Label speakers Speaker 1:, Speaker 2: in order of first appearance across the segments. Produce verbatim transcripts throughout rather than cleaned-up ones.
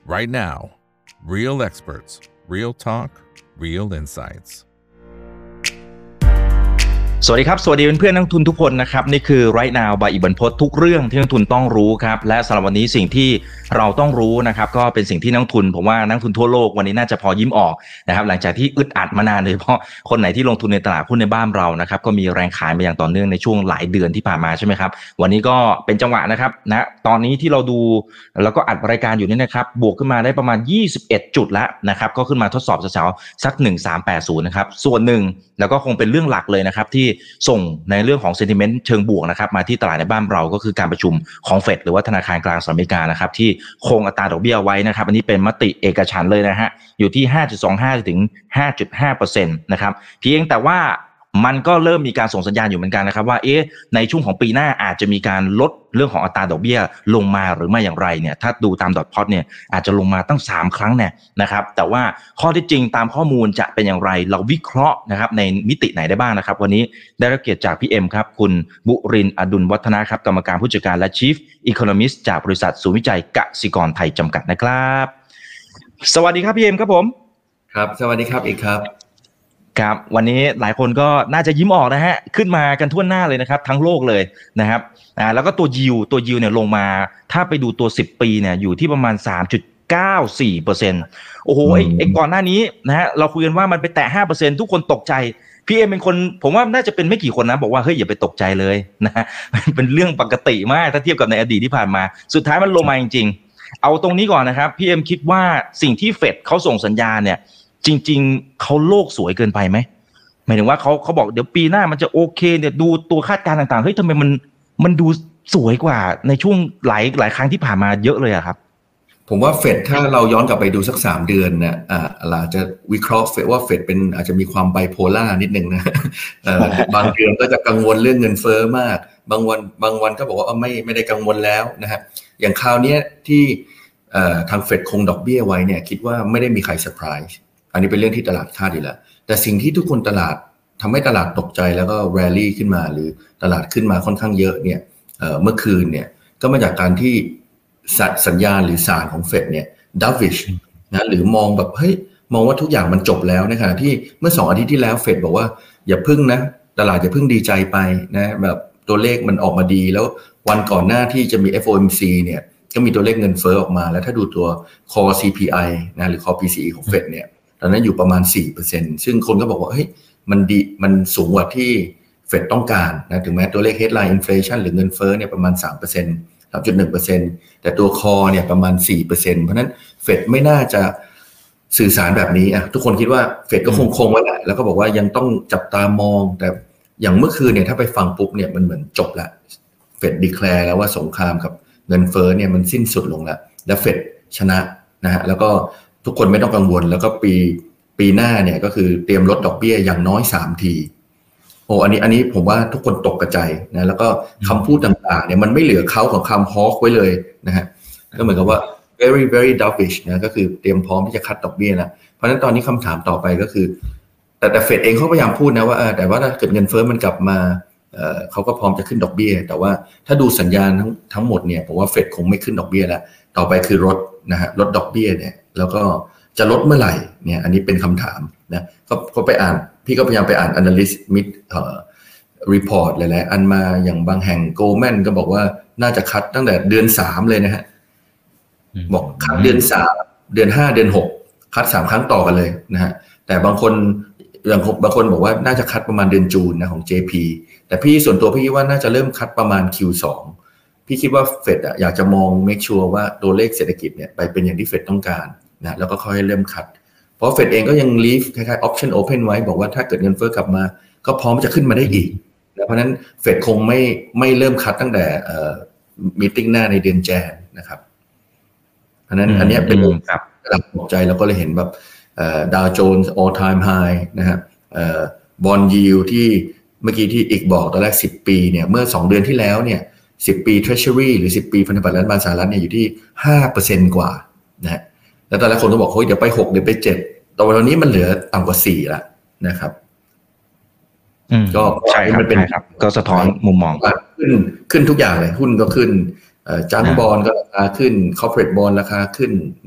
Speaker 1: right now. Real experts, real talk, real insights.
Speaker 2: สวัสดีครับสวัสดีเพื่อนๆนักทุนทุกคนนะครับนี่คือ Right Now บายอิบันพจน์ทุกเรื่องที่นักทุนต้องรู้ครับและสำหรับวันนี้สิ่งที่เราต้องรู้นะครับก็เป็นสิ่งที่นักทุนผมว่านักทุนทั่วโลกวันนี้น่าจะพอยิ้มออกนะครับหลังจากที่อึดอัดมานานโดยเฉพาะคนไหนที่ลงทุนในตลาดหุ้นในบ้านเรานะครับก็มีแรงขายมาอย่างต่อเนื่องในช่วงหลายเดือนที่ผ่านมาใช่ไหมครับวันนี้ก็เป็นจังหวะนะครับนะตอนนี้ที่เราดูแล้วก็อัดรายการอยู่นี่นะครับบวกขึ้นมาได้ประมาณยี่สิบเอ็ดจุดแล้วนะครับก็ขึ้นมาทดสอบเช้าๆสักหนึ่งพันสามร้อยแปดสิบนะครับส่วนหนึ่งแล้วก็คงเป็นเรื่องหลักเลยนะครับที่ส่งในเรื่องของ sentiment เชิงบวกนะครับมาที่ตลาดในบ้านเราก็คือการประชุมของเฟดหรือว่าธนาคารกลางสหรัฐอเมริกานะครับที่คงอัตราดอกเบี้ยไว้นะครับอันนี้เป็นมติเอกฉันท์เลยนะฮะอยู่ที่ ห้าจุดสองห้า ถึง ห้าจุดห้าเปอร์เซ็นต์ นะครับเพียงแต่ว่ามันก็เริ่มมีการส่งสัญญาณอยู่เหมือนกันนะครับว่าเอ๊ะในช่วงของปีหน้าอาจจะมีการลดเรื่องของอัตราดอกเบี้ยลงมาหรือไม่อย่างไรเนี่ยถ้าดูตามดอทพลอตเนี่ยอาจจะลงมาตั้งสามครั้งเนี่ยนะครับแต่ว่าข้อที่จริงตามข้อมูลจะเป็นอย่างไรเราวิเคราะห์นะครับในมิติไหนได้บ้างนะครับวันนี้ได้รับเกียรติจากพี่เอ็มครับคุณบุรินทร์อดุลวัฒนะครับกรรมการผู้จัดการและ Chief Economist จากบริษัทศูนย์วิจัยกสิกรไทยจำกัดนะครับสวัสดีครับพี่เอ็มครับผม
Speaker 3: ครับสวัสดีครับอีกครับ
Speaker 2: ครับวันนี้หลายคนก็น่าจะยิ้มออกนะฮะขึ้นมากันทั่วหน้าเลยนะครับทั้งโลกเลยนะครับอ่าแล้วก็ตัวยิวตัวยิวเนี่ยลงมาถ้าไปดูตัวสิบปีเนี่ยอยู่ที่ประมาณ สามจุดเก้าสี่เปอร์เซ็นต์ โอ้โหไอ้ไอ้ก่อนหน้านี้นะฮะเราคุยกันว่ามันไปแตะ ห้าเปอร์เซ็นต์ ทุกคนตกใจพี่เอเป็นคนผมว่าน่าจะเป็นไม่กี่คนนะบอกว่าเฮ้ยอย่าไปตกใจเลยนะฮะเป็นเรื่องปกติมากถ้าเทียบกับในอดีตที่ผ่านมาสุดท้ายมันลงมาจริงๆเอาตรงนี้ก่อนนะครับพี่เอ็มคิดว่าสิ่งที่เฟดเขาส่งสัญญาณเนี่ยจริงๆเขาโลกสวยเกินไปไหมหมายถึงว่าเขาเขาบอกเดี๋ยวปีหน้ามันจะโอเคเนี่ยดูตัวคาดการณ์ต่างๆเฮ้ยทำไมมันมันดูสวยกว่าในช่วงหลายหลายครั้งที่ผ่านมาเยอะเลยอะครับ
Speaker 3: ผมว่าเฟดถ้าเราย้อนกลับไปดูสักสามเดือนเนี่ยอ่าเราจะวิเคราะห์เฟดว่าเฟดเป็นอาจจะมีความไบโพล่านิดนึงนะเอ่อบางเดือนก็จะกังวลเรื่องเงินเฟ้อมากบางวันบางวันก็บอกว่าไม่ไม่ได้กังวลแล้วนะฮะอย่างคราวนี้ที่เอ่อทางเฟดคงดอกเบี้ยไว้เนี่ยคิดว่าไม่ได้มีใครเซอร์ไพรส์อันนี้เป็นเรื่องที่ตลาดคาดอยู่แล้วแต่สิ่งที่ทุกคนตลาดทำให้ตลาดตกใจแล้วก็แรลลี่ขึ้นมาหรือตลาดขึ้นมาค่อนข้างเยอะเนี่ย เอ่อ เมื่อคืนเนี่ยก็มาจากการที่สัญญาณหรือสารของเฟดเนี่ยดัฟวิชนะหรือมองแบบเฮ้ยมองว่าทุกอย่างมันจบแล้วในขณะที่เมื่อสองอาทิตย์ที่แล้วเฟดบอกว่าอย่าพึ่งนะตลาดอย่าพึ่งดีใจไปนะแบบตัวเลขมันออกมาดีแล้ววันก่อนหน้าที่จะมี เอฟ โอ เอ็ม ซี เนี่ยก็มีตัวเลขเงินเฟ้อออกมาแล้วถ้าดูตัว Core ซี พี ไอ นะหรือ Core พี ซี อี ของเฟดเนี่ยตอนนั้นอยู่ประมาณ สี่เปอร์เซ็นต์ ซึ่งคนก็บอกว่าเฮ้ยมันดีมันสูงกว่าที่เฟดต้องการนะถึงแม้ตัวเลข headline inflation หรือเงินเฟ้อเนี่ยประมาณ สามเปอร์เซ็นต์ สามจุดหนึ่งเปอร์เซ็นต์ แต่ตัว core เนี่ยประมาณ สี่เปอร์เซ็นต์ เพราะนั้นเฟดไม่น่าจะสื่อสารแบบนี้อ่ะทุกคนคิดว่าเฟดก็คงคงไว้แหละแล้วก็บอกว่ายังต้องจับตามองแต่อย่างเมื่อคืนเนี่ยถ้าไปฟังปุ๊บเนี่ยมันเหมือนจบละเฟด declare แล้วว่าสงครามกับเงินเฟ้อเนี่ยมันสิ้นสุดลงแล้วแล้วเฟดชนะนะฮะแล้วก็ทุกคนไม่ต้องกังวลแล้วก็ปีปีหน้าเนี่ยก็คือเตรียมลดดอกเบี้ยอย่างน้อยสามทีโอ้อันนี้อันนี้ผมว่าทุกคนตกกระจายนะแล้วก็คำพูดต่างๆเนี่ยมันไม่เหลือเขาของคำฮอคไว้เลยนะฮะก็เหมือนกับว่า very very dovish นะก็คือเตรียมพร้อมที่จะคัดดอกเบี้ยแล้วเพราะฉะนั้นตอนนี้คำถามต่อไปก็คือแต่แต่เฟดเองเขาพยายามพูดนะว่าแต่ว่าถ้าเกิดเงินเฟ้อมันกลับมาเอ่อเขาก็พร้อมจะขึ้นดอกเบี้ยแต่ว่าถ้าดูสัญญาณทั้งทั้งหมดเนี่ยผมว่าเฟดคงไม่ขึ้นดอกเบี้ยแล้วต่อไปคือลดนะฮะลดดอกเบี้ยเนี่ยแล้วก็จะลดเมื่อไหร่เนี่ยอันนี้เป็นคำถามนะก็ก็ไปอ่านพี่ก็พยายามไปอ่าน analyst mid เอ่อ report หลายๆอันมาอย่างบางแห่ง Goldman ก็บอกว่าน่าจะคัดตั้งแต่เดือนสามเลยนะฮะบอกคัดเดือนสามเดือนห้าเดือนหกคัดสามครั้งต่อกันเลยนะฮะแต่บางคนอย่างบางคนบอกว่าน่าจะคัดประมาณเดือนจูนนะของ เจ พี แต่พี่ส่วนตัวพี่คิดว่าน่าจะเริ่มคัดประมาณ คิว สอง พี่คิดว่าเฟดอ่ะอยากจะมอง make sure ว่าตัวเลขเศรษฐกิจเนี่ยไปเป็นอย่างที่เฟดต้องการนะแล้วก็ค่อยเริ่มคัดเพราะเฟดเองก็ยัง leave คล้ายๆ option open ไว้บอกว่าถ้าเกิดเงินเฟ้อกลับมาก็พร้อมจะขึ้นมาได้อีกนะเพราะนั้นเฟดคงไม่ไม่เริ่มคัดตั้งแต่เอ่อ meeting หน้าในเดือนแจนนะครับเพราะนั้นอันนี้เป็นครับระดับตกใจแล้วก็เลยเห็นแบบเอ่อ Dow Jones all time high นะฮะเอ่อ bond yield ที่เมื่อกี้ที่อีกบอกตอนแรกสิบปีเนี่ยเมื่อสองเดือนที่แล้วเนี่ยสิบปี Treasury หรือสิบปีพันธบัตรรัฐบาลสหรัฐเนี่ยอยู่ที่ ห้าเปอร์เซ็นต์ กว่านะฮะแล้วตอนแรกคนก็บอกเฮ้ยเดี๋ยวไปหกเดี๋ยวไปเจ็ดตอนนี้มันเหลือต่ำกว่าสี่แล้วนะครับ
Speaker 2: ก็ใช่ครับมันเป็นก็สะท้อนมุมมอง
Speaker 3: ขึ้นขึ้นทุกอย่างเลยหุ้นก็ขึ้นเอ่อจังบอนด์ก็ราคาขึ้น corporate bond ราคาขึ้นนะ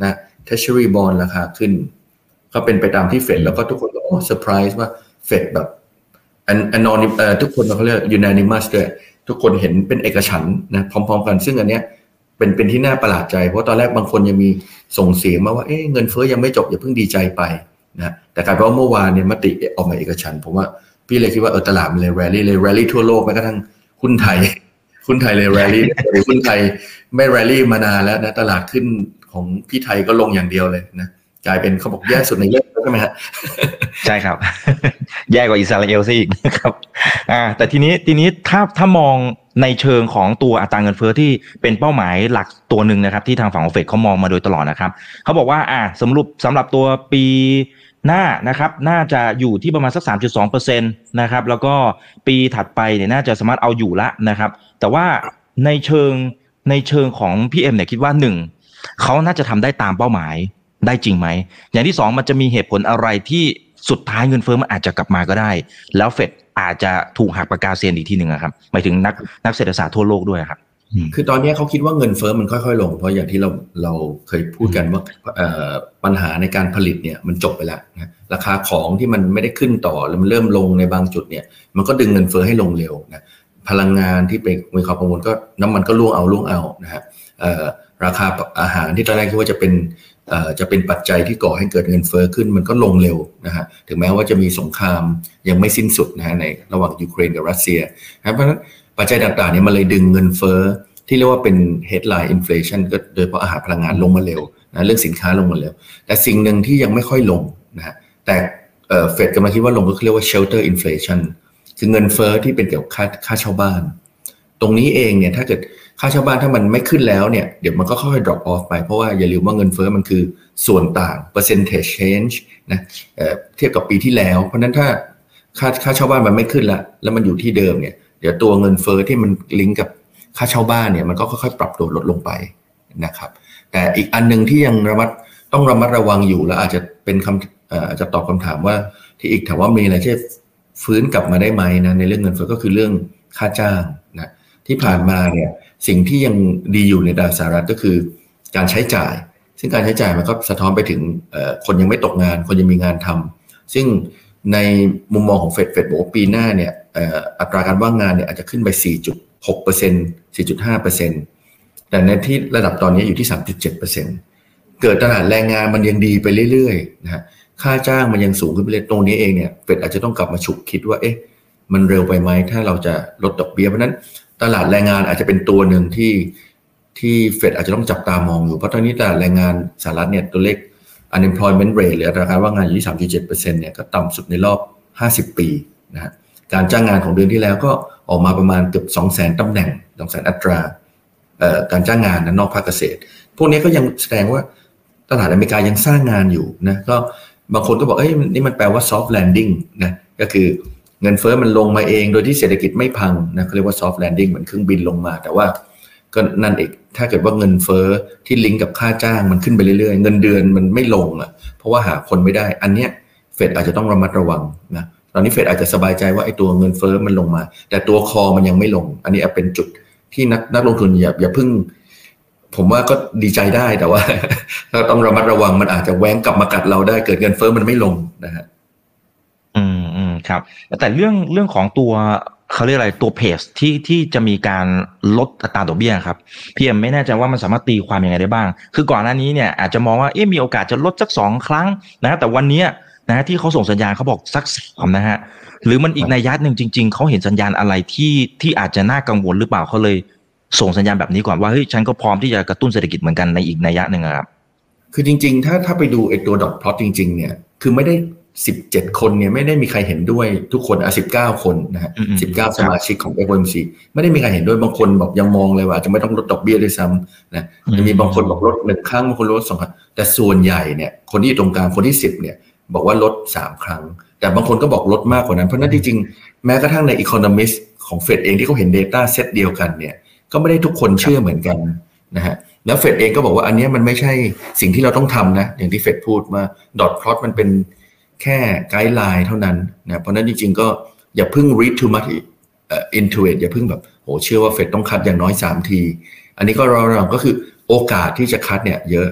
Speaker 3: Treasury Bond ราคาขึ้นก็เป็นไปตามที่เฟดแล้วก็ทุกคนก็โอ้เซอร์ไพรส์ว่าเฟดแบบอันอันนอนเอ่อทุกคนเขาเรียก unanimous ด้วยทุกคนเห็นเป็นเอกฉันท์นะพร้อมๆกันซึ่งอันเนี้ยเป็นเป็นที่น่าประหลาดใจเพราะตอนแรกบางคนยังมีส่งเสียงมาว่าเอ๊ะเงินเฟ้อยังไม่จบอย่าเพิ่งดีใจไปนะแต่กลายเป็นว่าเมื่อวานเนี่ยมติออกมาเอกฉันท์ผมว่าพี่เลยคิดว่าเออตลาดมันเลยแรลลี่เลยแรลลี่ทั่วโลกแม้กระทั่งหุ้นไทยหุ้นไทยเลยแรลลี่หรือหุ้นไทยไม่แรลลี่มานานแล้วนะตลาดขึ้นของพี่ไทยก็ลงอย่างเดียวเลยนะกลายเป็นเขาบอกแย่สุดในโลกใช่ไหมฮะ
Speaker 2: ใช่ครับ แย่กว่าอิสราเอลซะอีกนะครับอ่าแต่ทีนี้ทีนี้ถ้าถ้ามองในเชิงของตัวอัตราเงินเฟ้อที่เป็นเป้าหมายหลักตัวหนึ่งนะครับที่ทางฝั่งของเฟดเขามองมาโดยตลอดนะครับเขาบอกว่าอ่าสรุปสำหรับตัวปีหน้านะครับน่าจะอยู่ที่ประมาณสัก สามจุดสองเปอร์เซ็นต์ นะครับแล้วก็ปีถัดไปเนี่ยน่าจะสามารถเอาอยู่ละนะครับแต่ว่าในเชิงในเชิงของพี่เอ็มเนี่ยคิดว่าหนึ่งเขาน่าจะทำได้ตามเป้าหมายได้จริงไหมอย่างที่สองมันจะมีเหตุผลอะไรที่สุดท้ายเงินเฟ้อมันอาจจะกลับมาก็ได้แล้วเฟดอาจจะถูกหักปากกาเซียนอีกทีหนึ่งครับหมายถึงนักนักเศรษฐศาสตร์ทั่วโลกด้วยครับ
Speaker 3: คือตอนนี้เขาคิดว่าเงินเฟ้อมันค่อยๆลงเพราะอย่างที่เราเราเคยพูดกันว่าปัญหาในการผลิตเนี่ยมันจบไปแล้วนะราคาของที่มันไม่ได้ขึ้นต่อแล้วมันเริ่มลงในบางจุดเนี่ยมันก็ดึงเงินเฟ้อให้ลงเร็วนะพลังงานที่เป็นมีความกังวลก็น้ำมันก็ล่วงเอาล่วงเอานะฮะราคาอาหารที่ตอนแรกคิดว่าจะเป็นจะเป็นปัจจัยที่ก่อให้เกิดเงินเฟ้อขึ้นมันก็ลงเร็วนะฮะถึงแม้ว่าจะมีสงครามยังไม่สิ้นสุดนะฮะในระหว่างยูเครนกับรัสเซียนะเพราะฉะนั้นปัจจัยต่างๆนี้มันเลยดึงเงินเฟ้อที่เรียกว่าเป็น headline inflation ก็โดยเฉพาะอาหารพลังงานลงมาเร็วนะเรื่องสินค้าลงมาเร็วแต่สิ่งหนึ่งที่ยังไม่ค่อยลงนะฮะแต่เอ่อเฟดกำลังคิดว่าลงก็เรียกว่า shelter inflation คือเงินเฟ้อที่เป็นเกี่ยวกับค่าค่าเช่าบ้านตรงนี้เองเนี่ยถ้าเกิดค่าเช่าบ้านถ้ามันไม่ขึ้นแล้วเนี่ยเดี๋ยวมันก็ค่อยๆ drop off ไปเพราะว่าอย่าลืมว่าเงินเฟ้อมันคือส่วนต่าง percentage change นะเอ่อเทียบกับปีที่แล้วเพราะนั้นถ้าค่าค่าเช่าบ้านมันไม่ขึ้นละแล้วมันอยู่ที่เดิมเนี่ยเดี๋ยวตัวเงินเฟ้อที่มันลิงก์กับค่าเช่าบ้านเนี่ยมันก็ค่อยๆปรับตัวลดลงไปนะครับแต่อีกอันนึงที่ยังระมัดต้องระมัดระวังอยู่แล้วอาจจะเป็นคำเอ่อจะตอบคำถามว่าที่อีกถามว่ามีอะไรที่ฟื้นกลับมาได้ไหมนะในเรื่องเงินเฟ้อก็คือเรื่องค่าจ้างนะที่ผ่านมาเนี่ยสิ่งที่ยังดีอยู่ในตลาดสหรัฐก็คือการใช้จ่ายซึ่งการใช้จ่ายมันก็สะท้อนไปถึงคนยังไม่ตกงานคนยังมีงานทำซึ่งในมุมมองของเฟดเฟดบอกว่าปีหน้าเนี่ยอัตราการว่างงานเนี่ยอาจจะขึ้นไป สี่จุดหกเปอร์เซ็นต์ สี่จุดห้าเปอร์เซ็นต์ แต่ในที่ระดับตอนนี้อยู่ที่ สามจุดเจ็ดเปอร์เซ็นต์ เกิดตลาดแรงงานมันยังดีไปเรื่อยๆนะฮะค่าจ้างมันยังสูงขึ้นไปเรื่อยตรงนี้เองเนี่ยเฟดอาจจะต้องกลับมาฉุกคิดว่าเอ๊ะมันเร็วไปไหมถ้าเราจะลดดอกเบี้ยเพราะนั้นตลาดแรงงานอาจจะเป็นตัวหนึ่งที่ที่เฟดอาจจะต้องจับตามองอยู่เพราะตอนนี้ตลาดแรงงานสหรัฐเนี่ยตัวเลข unemployment rate หรืออัตราการว่างงานอยู่ที่ สามจุดเจ็ดเปอร์เซ็นต์ เนี่ยก็ต่ำสุดในรอบห้าสิบปีนะฮะการจ้างงานของเดือนที่แล้วก็ออกมาประมาณเกือบ สองแสน ตำแหน่ง สองแสน อัตราเอ่อการจ้างงานนอกภาคเกษตรพวกนี้ก็ยังแสดงว่าตลาดอเมริกายังสร้างงานอยู่นะก็บางคนก็บอกเอ้ยนี่มันแปลว่า soft landing นะก็คือเงินเฟ้อมันลงมาเองโดยที่เศรษฐกิจไม่พังนะเขาเรียกว่า soft landing เหมือนเครื่องบินลงมาแต่ว่าก็นั่นเองถ้าเกิดว่าเงินเฟ้อที่ลิงก์กับค่าจ้างมันขึ้นไปเรื่อยๆเงินเดือนมันไม่ลงอ่ะเพราะว่าหาคนไม่ได้อันเนี้ยเฟดอาจจะต้องระมัดระวังนะตอนนี้เฟดอาจจะสบายใจว่าไอ้ตัวเงินเฟ้อมันลงมาแต่ตัวคอมันยังไม่ลงอันนี้เป็นจุดที่นักนักลงทุนอย่าอย่าเพิ่งผมว่าก็ดีใจได้แต่ว่าเราต้องระมัดระวังมันอาจจะแว้งกลับมากัดเราได้เกิดเงินเฟ้อมันไม่ลงนะฮะ
Speaker 2: อืมอืมครับแต่เรื่องเรื่องของตัวเขาเรียกอะไรตัวเพจที่ที่จะมีการลดอัตราดอกเบี้ยครับพี่เอ็มไม่แน่ใจว่ามันสามารถตีความยังไงได้บ้างคือก่อนหน้านี้เนี่ยอาจจะมองว่าเอ๊ะมีโอกาสจะลดสักสองครั้งนะแต่วันนี้นะที่เขาส่งสัญญาณเขาบอกสักสามนะฮะหรือมันอีกนัยยะหนึ่งจริงๆเขาเห็นสัญญาณอะไรที่ที่อาจจะน่ากังวลหรือเปล่าเขาเลยส่งสัญญาณแบบนี้ก่อนว่าเฮ้ยฉันก็พร้อมที่จะกระตุ้นเศรษฐกิจเหมือนกันในอีกนัยยะหนึ่งครับ
Speaker 3: คือจริงๆถ้าถ้าไปดูไอ้ตัวดอทพลอตจริงๆเนี่ยคือไม่ได้สิบเจ็ดคนเนี่ยไม่ได้มีใครเห็นด้วยทุกคนอ่ะสิบเก้าคนนะฮะสิบเก้าสมาชิกของ เอฟ โอ เอ็ม ซี ไม่ได้มีใครเห็นด้วยบางคนบอกยังมองเลยว่าจะไม่ต้องลดดอกเบี้ยด้วยซ้ำนะจะมีบางคนบอกลดหนึ่งครั้งบางคนลดสองครั้งแต่ส่วนใหญ่เนี่ยคนที่อยู่ตรงกลางคนที่สิบเนี่ยบอกว่าลดสามครั้งแต่บางคนก็บอกลดมากกว่านั้นเพราะนั้นจริงๆแม้กระทั่งใน Economist ของเฟดเองที่เขาเห็น data เซตเดียวกันเนี่ยก็ไม่ได้ทุกคนเชื่อเหมือนกันนะฮะแล้วเฟดเองก็บอกว่าอันนี้มันไม่ใช่สิ่งที่เราต้องทำนะอย่างที่เฟดพูดมาดอทพลอตมันเป็นแค่ไกด์ไลน์เท่านั้นนะเพราะนั้นจริงๆก็อย่าเพิ่ง read too much into it อย่าเพิ่งแบบโหเชื่อว่าเฟดต้องคัดอย่างน้อยสามทีอันนี้ก็รอๆก็คือโอกาสที่จะคัดเนี่ยเยอะ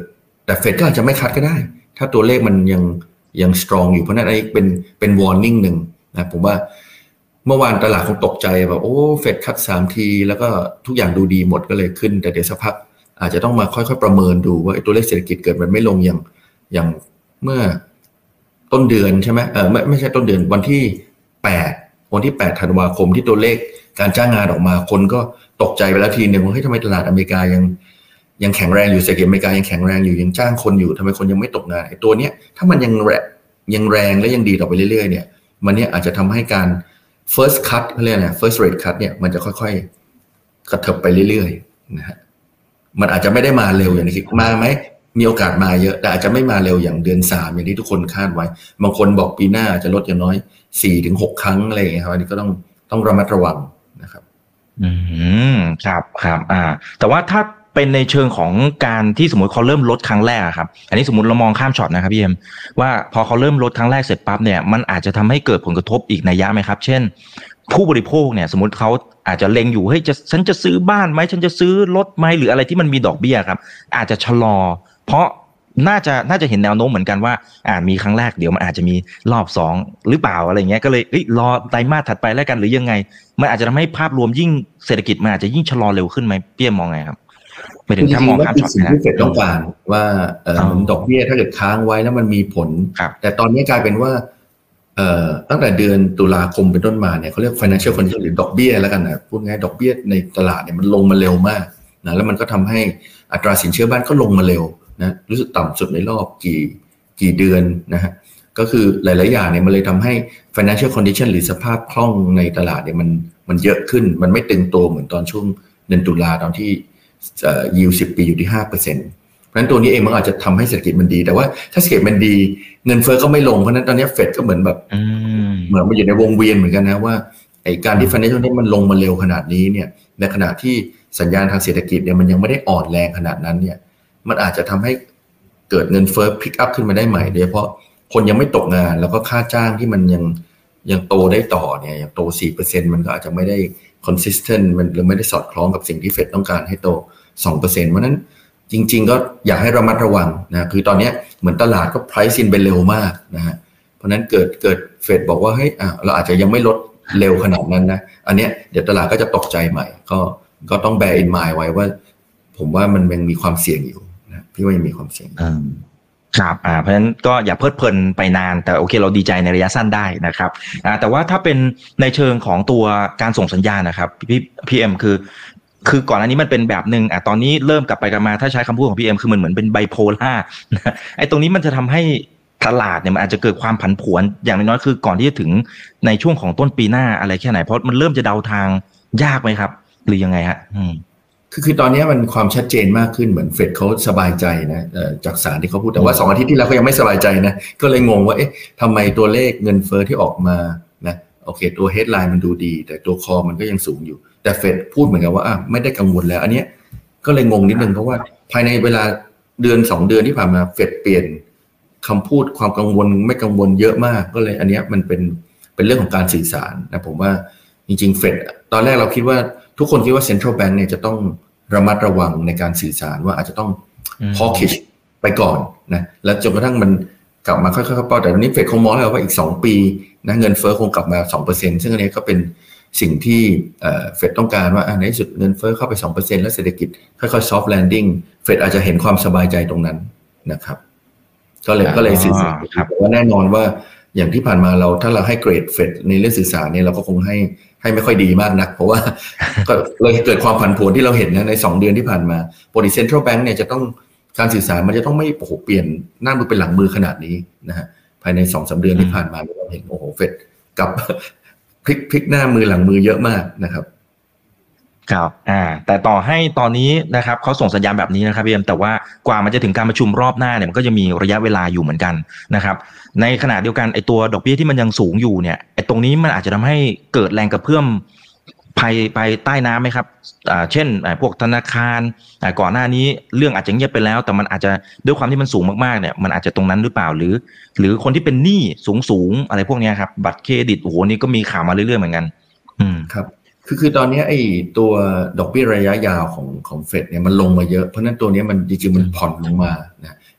Speaker 3: แต่เฟดก็อาจจะไม่คัดก็ได้ถ้าตัวเลขมันยังยัง strong อยู่เพราะนั้นไอ้เป็นเป็น warning หนึ่งนะผมว่าเมื่อวานตลาดคงตกใจแบบโอ้เฟดคัดสามทีแล้วก็ทุกอย่างดูดีหมดก็เลยขึ้นแต่เดี๋ยวสักพักอาจจะต้องมาค่อยๆประเมินดูว่าตัวเลขเศรษฐกิจเกิดมันไม่ลงอย่างอย่างเมื่อต้นเดือนใช่ไหมเออไม่ไม่ใช่ต้นเดือนวันที่แปดวันที่แปดธันวาคมที่ตัวเลขการจ้างงานออกมาคนก็ตกใจไปแล้วทีนึงว่าเฮ้ยทำไมตลาดอเมริกายังยังแข็งแรงอยู่เศรษฐกิจอเมริกายังแข็งแรงอยู่ยังจ้างคนอยู่ทำไมคนยังไม่ตกงานไอ้ตัวเนี้ยถ้ามันยังแรงยังแรงและยังดีต่อไปเรื่อยๆเนี่ยมันเนี้ยอาจจะทำให้การ first cut เขาเรียกอะไร first rate cut เนี่ยมันจะค่อยๆกระเถิบไปเรื่อยๆนะฮะมันอาจจะไม่ได้มาเร็วอย่างที่คิดมาไหมมีโอกาสมาเยอะแต่อาจจะไม่มาเร็วอย่างเดือนสามอย่างที่ทุกคนคาดไว้บางคนบอกปีหน้าจะลดอย่างน้อย สี่ถึงหก ครั้งอะไรอย่างเงี้ยครับอันนี้ก็ต้องต้องระมัดระวังนะครับ
Speaker 2: อืมครับครับอ่าแต่ว่าถ้าเป็นในเชิงของการที่สมมติเขาเริ่มลดครั้งแรกครับอันนี้สมมติเรามองข้ามช็อตนะครับพี่เอ็มว่าพอเขาเริ่มลดครั้งแรกเสร็จปั๊บเนี่ยมันอาจจะทำให้เกิดผลกระทบอีกนัยยะไหมครับเช่นผู้บริโภคเนี่ยสมมติเขาอาจจะเล็งอยู่เฮ้ยจะฉันจะซื้อบ้านไหมฉันจะซื้อรถไหมหรืออะไรที่มันมีดอกเบี้ยครับอาจจะชะลอเพราะน่าจะน่าจะเห็นแนวโน้มเหมือนกันว่าอ่ามีครั้งแรกเดี๋ยวมันอาจจะมีรอบสองหรือเปล่าอะไรเงี้ยก็เลยเอ้ยรอไตรมาสถัดไปแล้วกันหรือยังไงมันอาจจะทำให้ภาพรวมยิ่งเศรษฐกิจมันอาจจะยิ่งชะลอเร็วขึ้นไหมเปี้ยมองไงครับไม่ถึงถ้ามองข้ามช็อตนะ
Speaker 3: ที่เฟดต้องการว่าเออเหมือนดอกเบี้ยถ้าเกิดค้างไว้แล้วมันมีผลแต่ตอนนี้กลายเป็นว่าเอ่อตั้งแต่เดือนตุลาคมเป็นต้นมาเนี่ยเขาเรียก financial condition หรือดอกเบี้ยแล้วกันนะพูดง่ายดอกเบี้ยในตลาดเนี่ยมันลงมาเร็วมากนะแล้วมันก็ทำให้อัตราสินเชื่อบ้านก็ลงมาเร็วนะรู้สึกต่ำสุดในรอบกี่กี่เดือนนะฮะก็คือหลายๆอย่างเนี่ยมันเลยทำให้ financial condition หรือสภาพคล่องในตลาดเนี่ยมันมันเยอะขึ้นมันไม่ตึงตัวเหมือนตอนช่วงเดือนตุลาตอนที่เอ่อ yield สิบปีอยู่ที่ ห้าเปอร์เซ็นต์ เพราะฉะนั้นตัวนี้เองมันอาจจะทำให้เศรษฐกิจมันดีแต่ว่าถ้าเศรษฐกิจมันดีเงินเฟ้อก็ไม่ลงเพราะฉะนั้นตอนนี้เฟดก็เหมือนแบบเหมือนมันอยู่ในวงเวียนเหมือนกันนะว่าไอ้การที่ financial นี่มันลงมาเร็วขนาดนี้เนี่ยในขณะที่สัญญาณทางเศรษฐกิจเนี่ยมันยังไม่ได้อ่อนแรงขนาดนั้นเนี่ยมันอาจจะทำให้เกิดเงินเฟ้อ pick up ขึ้นมาได้ใหม่โดยเฉพาะคนยังไม่ตกงานแล้วก็ค่าจ้างที่มันยังยังโตได้ต่อเนี่ยยังโต สี่เปอร์เซ็นต์ มันก็อาจจะไม่ได้ consistent มันหรือไม่ได้สอดคล้องกับสิ่งที่เฟดต้องการให้โต สองเปอร์เซ็นต์ เพราะนั้นจริงๆก็อยากให้ระมัดระวังนะคือตอนนี้เหมือนตลาดก็ price in ไปเร็วมากนะฮะเพราะนั้นเกิดเกิดเฟดบอกว่าเฮ้ยอ่ะเราอาจจะยังไม่ลดเร็วขนาดนั้นนะอันเนี้ยเดี๋ยวตลาดก็จะตกใจใหม่ก็ก็ต้อง bear in mind ไว้ว่าผมว่ามันยังมีความเสี่ยงอยู่นะพี่ว่ายังมีความเสี่ยง
Speaker 2: ครับอ่าเพราะฉะนั้นก็อย่าเพลิดเพลินไปนานแต่โอเคเราดีใจในระยะสั้นได้นะครับอ่าแต่ว่าถ้าเป็นในเชิงของตัวการส่งสัญญาณนะครับพี่พี่เอ็มคือคือก่อนอันนี้มันเป็นแบบนึงอ่ะตอนนี้เริ่มกลับไปกันมาถ้าใช้คำพูดของพี่เอ็มคือมันเหมือนเป็นไบโพล่าไอ้ตรงนี้มันจะทำให้ตลาดเนี่ยมันอาจจะเกิดความผันผวนอย่างน้อยๆคือก่อนที่จะถึงในช่วงของต้นปีหน้าอะไรแค่ไหนเพราะมันเริ่มจะเดาทางยากไหมครับหรือยังไงฮะอืม
Speaker 3: คือคือตอนนี้มันความชัดเจนมากขึ้นเหมือนเฟดเขาสบายใจนะจากสารที่เขาพูดแต่ว่าสองอาทิตย์ที่แล้วเขายังไม่สบายใจนะก็เลยงงว่าเอ๊ะทำไมตัวเลขเงินเฟ้อที่ออกมานะโอเคตัว headline มันดูดีแต่ตัวคอมันก็ยังสูงอยู่แต่เฟดพูดเหมือนกันว่าอ่ะไม่ได้กังวลแล้วอันเนี้ยก็เลยงงนิดนึงเพราะว่าภายในเวลาเดือนสองเดือนที่ผ่านมาเฟดเปลี่ยนคำพูดความกังวลไม่กังวลเยอะมากก็เลยอันเนี้ยมันเป็นเป็นเรื่องของการสื่อสารนะผมว่าจริงๆเฟดตอนแรกเราคิดว่าทุกคนคิดว่า Central Bank เนี่ยจะต้องระมัดระวังในการสื่อสารว่าอาจจะต้อง hawkish ไปก่อนนะแล้วจนกระทั่งมันกลับมาค่อยๆเป้าแต่ตอนนี้เฟดคงมองแล้วว่าอีกสองปีนะเงินเฟ้อคงกลับมา สองเปอร์เซ็นต์ ซึ่งอันนี้ก็เป็นสิ่งที่เฟดต้องการว่าในที่สุดเงินเฟ้อเข้าไป สองเปอร์เซ็นต์ แล้วเศรษฐกิจค่อยๆ soft landing เฟดอาจจะเห็นความสบายใจตรงนั้นนะครับก็เลยก็เลยสื่อสารแต่ว่าแน่นอนว่าอย่างที่ผ่านมาเราถ้าเราให้เกรดเฟดในเรื่องสื่อสารเนี่ยเราก็คงให้ให้ไม่ค่อยดีมากนักเพราะว่าก็เลยเกิดความผันผวนที่เราเห็นนะในสองเดือนที่ผ่านมาปกติ Central Bank เนี่ยจะต้องการสื่อสารมันจะต้องไม่โอ้โหเปลี่ยนหน้ามือเป็นหลังมือขนาดนี้นะฮะภายใน สองถึงสาม เดือนที่ผ่านมาเราเห็นโอ้โหเฟดกับพลิกพลิกหน้ามือหลังมือเยอะมากนะครับ
Speaker 2: ครับอ่าแต่ต่อให้ตอนนี้นะครับเขาส่งสัญญาณแบบนี้นะครับพี่เอ็มแต่ว่ากว่ามันจะถึงการประชุมรอบหน้าเนี่ยมันก็จะมีระยะเวลาอยู่เหมือนกันนะครับในขณะเดียวกันไอ้ตัวดอกเบี้ยที่มันยังสูงอยู่เนี่ยไอ้ตรงนี้มันอาจจะทำให้เกิดแรงกระเพื่อมภายไปใต้น้ำไหมครับอ่าเช่นพวกธนาคารอ่าก่อนหน้านี้เรื่องอาจจะเงียบไปแล้วแต่มันอาจจะด้วยความที่มันสูงมากๆเนี่ยมันอาจจะตรงนั้นหรือเปล่าหรือหรือคนที่เป็นหนี้สูงๆอะไรพวกนี้ครับบัตรเครดิตโอ้โหนี่ก็มีข่าวมาเรื่อยๆเหมือนกันอืม
Speaker 3: ครับคือคือตอนนี้ไอ้ตัวดอกเบี้ยระยะยาวของของเฟดเนี่ยมันลงมาเยอะเพราะนั้นตัวนี้มันจริงๆมันผ่อนลงมานะ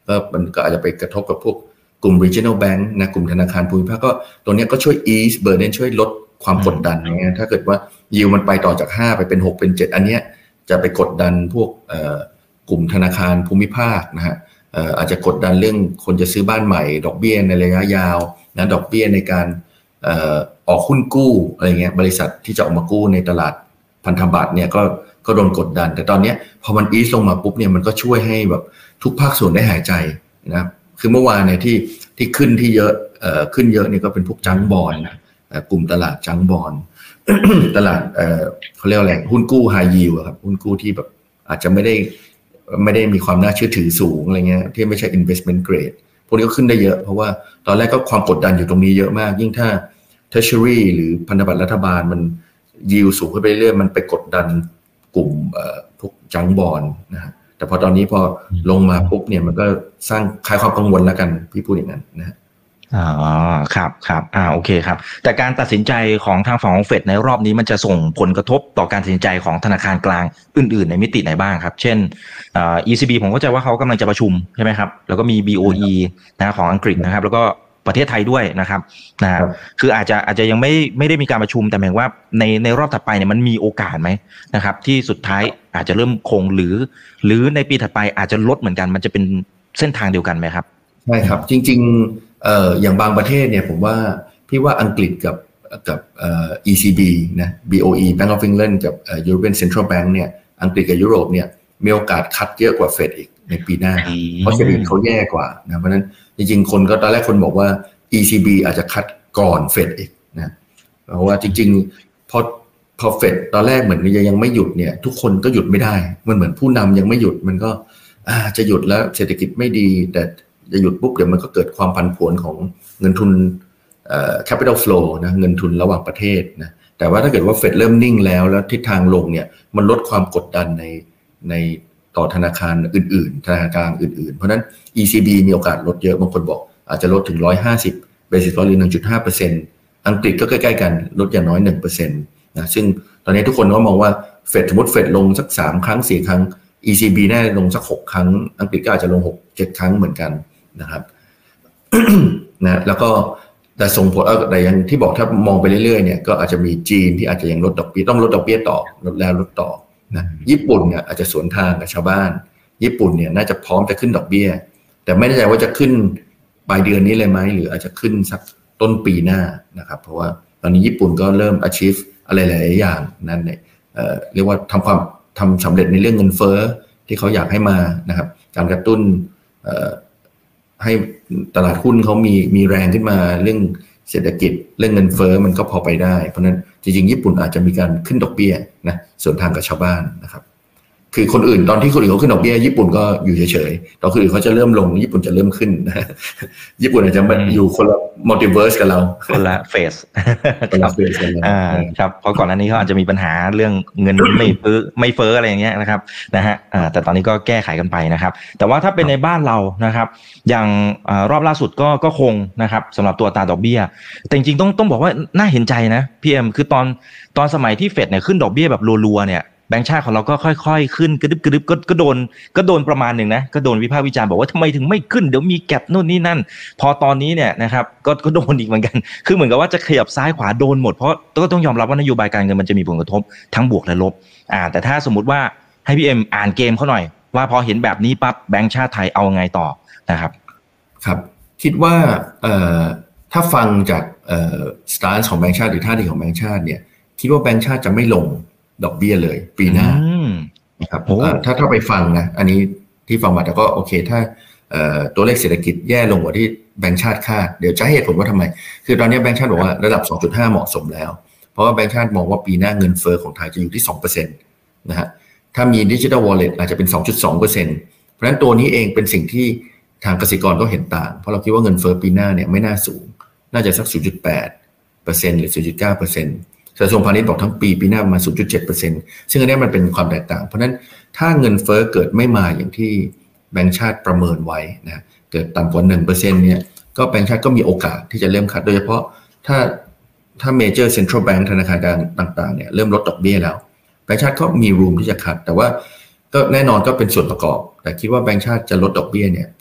Speaker 3: ก็มันก็อาจจะไปกระทบกับพวกกลุ่ม regional bank นะกลุ่มธนาคารภูมิภาคก็ตัวนี้ก็ช่วย ease burden ช่วยลดความกดดันนะถ้าเกิดว่า yield มันไปต่อจากห้าไปเป็นหกเป็นเจ็ดอันเนี้ยจะไปกดดันพวกกลุ่มธนาคารภูมิภาคนะฮะอาจจะกดดันเรื่องคนจะซื้อบ้านใหม่ดอกเบี้ยในระยะยาวนะดอกเบี้ยในการออกหุ้นกู้อะไรเงี้ยบริษัทที่จะออกมากู้ในตลาดพันธบัตรเนี่ยก็ก็โดนกดดันแต่ตอนนี้พอมันอีสลงมาปุ๊บเนี่ยมันก็ช่วยให้แบบทุกภาคส่วนได้หายใจนะคือเมื่อวานเนี่ยที่ที่ขึ้นที่เยอะเอ่อขึ้นเยอะนี่ก็เป็นพวกจังบอนนะกลุ่มตลาดจังบอน ตลาดเอ่อเขาเรียกอะไรหุ้นกู้ไฮยิลด์ครับหุ้นกู้ที่แบบอาจจะไม่ได้ไม่ได้มีความน่าเชื่อถือสูงอะไรเงี้ยที่ไม่ใช่ investment grade พวกนี้ก็ขึ้นได้เยอะเพราะว่าตอนแรกก็ความกดดันอยู่ตรงนี้เยอะมากยิ่งถ้า treasury หรือพันธบัตรรัฐบาลมันยิลด์สูงขึ้นไปเรื่อยๆมันไปกดดันกลุ่มเอ่อพวกจังบอนนะฮะแต่พอตอนนี้พอลงมาปุ๊บเนี่ยมันก็สร้างคลายความกังวลแล้วกันพี่พูดอย่างนั้นนะฮะ
Speaker 2: อ๋อครับครับอ่าโอเคครับแต่การตัดสินใจของทางฝั่งของเฟดในรอบนี้มันจะส่งผลกระทบต่อการตัดสินใจของธนาคารกลางอื่นๆในมิติไหนบ้างครับเช่นอ่า อี ซี บี ผมเข้าใจว่าเขากำลังจะประชุมใช่ไหมครับแล้วก็มี บี โอ อี นะของอังกฤษนะครับแล้วก็ประเทศไทยด้วยนะครับนะคืออาจจะอาจจะยังไม่ไม่ได้มีการประชุมแต่หมายว่าในในรอบถัดไปเนี่ยมันมีโอกาสไหมนะครับที่สุดท้ายอาจจะเริ่มคงหรือหรือในปีถัดไปอาจจะลดเหมือนกันมันจะเป็นเส้นทางเดียวกันไหมครับ
Speaker 3: ใช่ครับจริงๆเอ่ออย่างบางประเทศเนี่ยผมว่าพี่ว่าอังกฤษกับกับเอ่อ อี ซี บี นะ บี โอ อี Bank of England กับเอ่อ European Central Bank เนี่ยอังกฤษกับยุโรปเนี่ยมีโอกาสคัดเยอะกว่าเฟดอีกในปีหน้าเพราะเศรษฐกิจเขาแย่กว่านะเพราะฉะนั้นจริงๆคนก็ตอนแรกคนบอกว่า อี ซี บี อาจจะคัดก่อนเฟดอีกนะเพราะว่าจริงๆพอพอเฟดตอนแรกเหมือนยังไม่หยุดเนี่ยทุกคนก็หยุดไม่ได้มันเหมือนผู้นำยังไม่หยุดมันก็จะหยุดแล้วเศรษฐกิจไม่ดีแต่จะหยุดปุ๊บเดี๋ยวมันก็เกิดความผันผวนของเงินทุนเอ่อ capital flow นะเงินทุนระหว่างประเทศนะแต่ว่าถ้าเกิดว่าเฟดเริ่มนิ่งแล้วแล้วทิศทางลงเนี่ยมันลดความกดดันในในต่อธนาคารอื่นๆธนาคารกลางอื่นๆเพราะนั้น อี ซี บี มีโอกาสลดเยอะบางคนบอกอาจจะลดถึงหนึ่งร้อยห้าสิบ basis point หรือ หนึ่งจุดห้าเปอร์เซ็นต์ อังกฤษก็ใกล้ๆกันลดอย่างน้อย หนึ่งเปอร์เซ็นต์ นะซึ่งตอนนี้ทุกคนก็มองว่าเฟดสมมติเฟดลงสักสามครั้งสี่ครั้ง อี ซี บี น่าจะลงสักหกครั้งอังกฤษก็อาจจะลงหก เจ็ดครั้งเหมือนกันนะครับ นะแล้วก็แต่ส่งผลแต่อย่างที่บอกถ้ามองไปเรื่อยๆเนี่ยก็อาจจะมีจีนที่อาจจะยังลดดอกเบี้ยต้องลดดอกเบี้ยต่อลดแล้วลดต่อนะญี่ปุ่นเนี่ยอาจจะสวนทางกับชาวบ้านญี่ปุ่นเนี่ยน่าจะพร้อมจะขึ้นดอกเบี้ยแต่ไม่แน่ใจว่าจะขึ้นปลายเดือนนี้เลยไหมหรืออาจจะขึ้นสักต้นปีหน้านะครับเพราะว่าตอนนี้ญี่ปุ่นก็เริ่ม achieve อะไรหลายๆอย่างนั่นเนี่ยเอ่อเรียกว่าทำความทำสำเร็จในเรื่องเงินเฟ้อที่เขาอยากให้มานะครับการกระตุ้นเอ่อให้ตลาดหุ้นเขามีมีแรงขึ้นมาเรื่องเศรษฐกิจเรื่องเงินเฟ้อมันก็พอไปได้เพราะนั้นจริงๆญี่ปุ่นอาจจะมีการขึ้นดอกเบี้ยนะส่วนทางกับชาวบ้านนะครับคือคนอื่นตอนที่คนอื่นเขาขึ้นดอกเบี้ยญี่ปุ่นก็อยู่เฉยๆตอนคนอื่นเขาจะเริ่มลงญี่ปุ่นจะเริ่มขึ้นนะญี่ปุ่นอาจจะอยู่คนละมัลติเวิร์สกับเรา
Speaker 2: คนละเฟสครับอ่าครับเพราะก่อนหน้านี้เขาอาจจะมีปัญหาเรื่องเงินไม่เฟ้อไม่เฟ้ออะไรอย่างเงี้ยนะครับนะฮะอ่าแต่ตอนนี้ก็แก้ไขกันไปนะครับแต่ว่าถ้าเป็นในบ้านเรานะครับอย่างอ่ารอบล่าสุดก็ก็คงนะครับสำหรับตัวอัตราดอกเบี้ยแต่จริงๆต้องต้องบอกว่าน่าเห็นใจนะพี่เอ็มคือตอนตอนสมัยที่เฟดเนี่ยขึ้นดอกเบี้ยแบบรัวๆเนี่ยแบงก์ชาติของเราก็ค่อยๆขึ้นกระดึบกระดึบก็ก็โดนก็โดนประมาณหนึ่งนะก็โดนวิพากษ์วิจารณ์บอกว่าทำไมถึงไม่ขึ้นเดี๋ยวมีแก็ปนู่นนี่นั่นพอตอนนี้เนี่ยนะครับก็ก็โดนอีกเหมือนกันคือเหมือนกับว่าจะขยับซ้ายขวาโดนหมดเพราะก็ต้องยอมรับว่านโยบายการเงินมันจะมีผลกระทบทั้งบวกและลบอ่าแต่ถ้าสมมุติว่าให้พี่เอ็มอ่านเกมเขาหน่อยว่าพอเห็นแบบนี้ปั๊บแบงก์ชาติไทยเอาไงต่อนะครับ
Speaker 3: ครับคิดว่าเอ่อถ้าฟังจากเอ่อสแตนซ์ของแบงก์ชาติหรือท่าทีของแบงก์ชาติเนี่ยคิดว่าแบงก์ชาติจะไม่ลงดอกเบี้ยเลยปีหน้านะครับถ้าถ้าไปฟังนะอันนี้ที่ฟังมาแต่ก็โอเคถ้าตัวเลขเศรษฐกิจแย่ลงกว่าที่แบงก์ชาติคาดเดี๋ยวจะให้เหตุผลว่าทำไมคือตอนนี้แบงก์ชาติบอกว่าระดับ สองจุดห้า เหมาะสมแล้วเพราะว่าแบงก์ชาติมองว่าปีหน้าเงินเฟ้อของไทยจะอยู่ที่ สองเปอร์เซ็นต์ นะฮะถ้ามี Digital Wallet อาจจะเป็น สองจุดสองเปอร์เซ็นต์ เพราะฉะนั้นตัวนี้เองเป็นสิ่งที่ทางเกษตรกรก็เห็นต่างเพราะเราคิดว่าเงินเฟ้อปีหน้าเนี่ยไม่น่าสูงน่าจะสัก ศูนย์จุดแปดเปอร์เซ็นต์ หรือ ศูนย์จุดเก้าเปอร์เซ็นต์กระทรวงพาณิชย์บอกทั้งปีปีหน้ามา ศูนย์จุดเจ็ดเปอร์เซ็นต์ ซึ่งอันนี้มันเป็นความแตกต่างเพราะนั้นถ้าเงินเฟ้อเกิดไม่มาอย่างที่แบงก์ชาติประเมินไว้นะเกิดต่ำกว่า หนึ่งเปอร์เซ็นต์ เนี่ยก็แบงก์ชาติก็มีโอกาสที่จะเริ่มคัดโดยเฉพาะถ้าถ้า Major Central Bank ธนาคารกลางต่างๆเนี่ยเริ่มลดดอกเบี้ยแล้วแบงก์ชาติก็มี room ที่จะคัดแต่ว่าก็แน่นอนก็เป็นส่วนประกอบแต่คิดว่าแบงก์ชาติจะลดดอกเบี้ยเนี่ย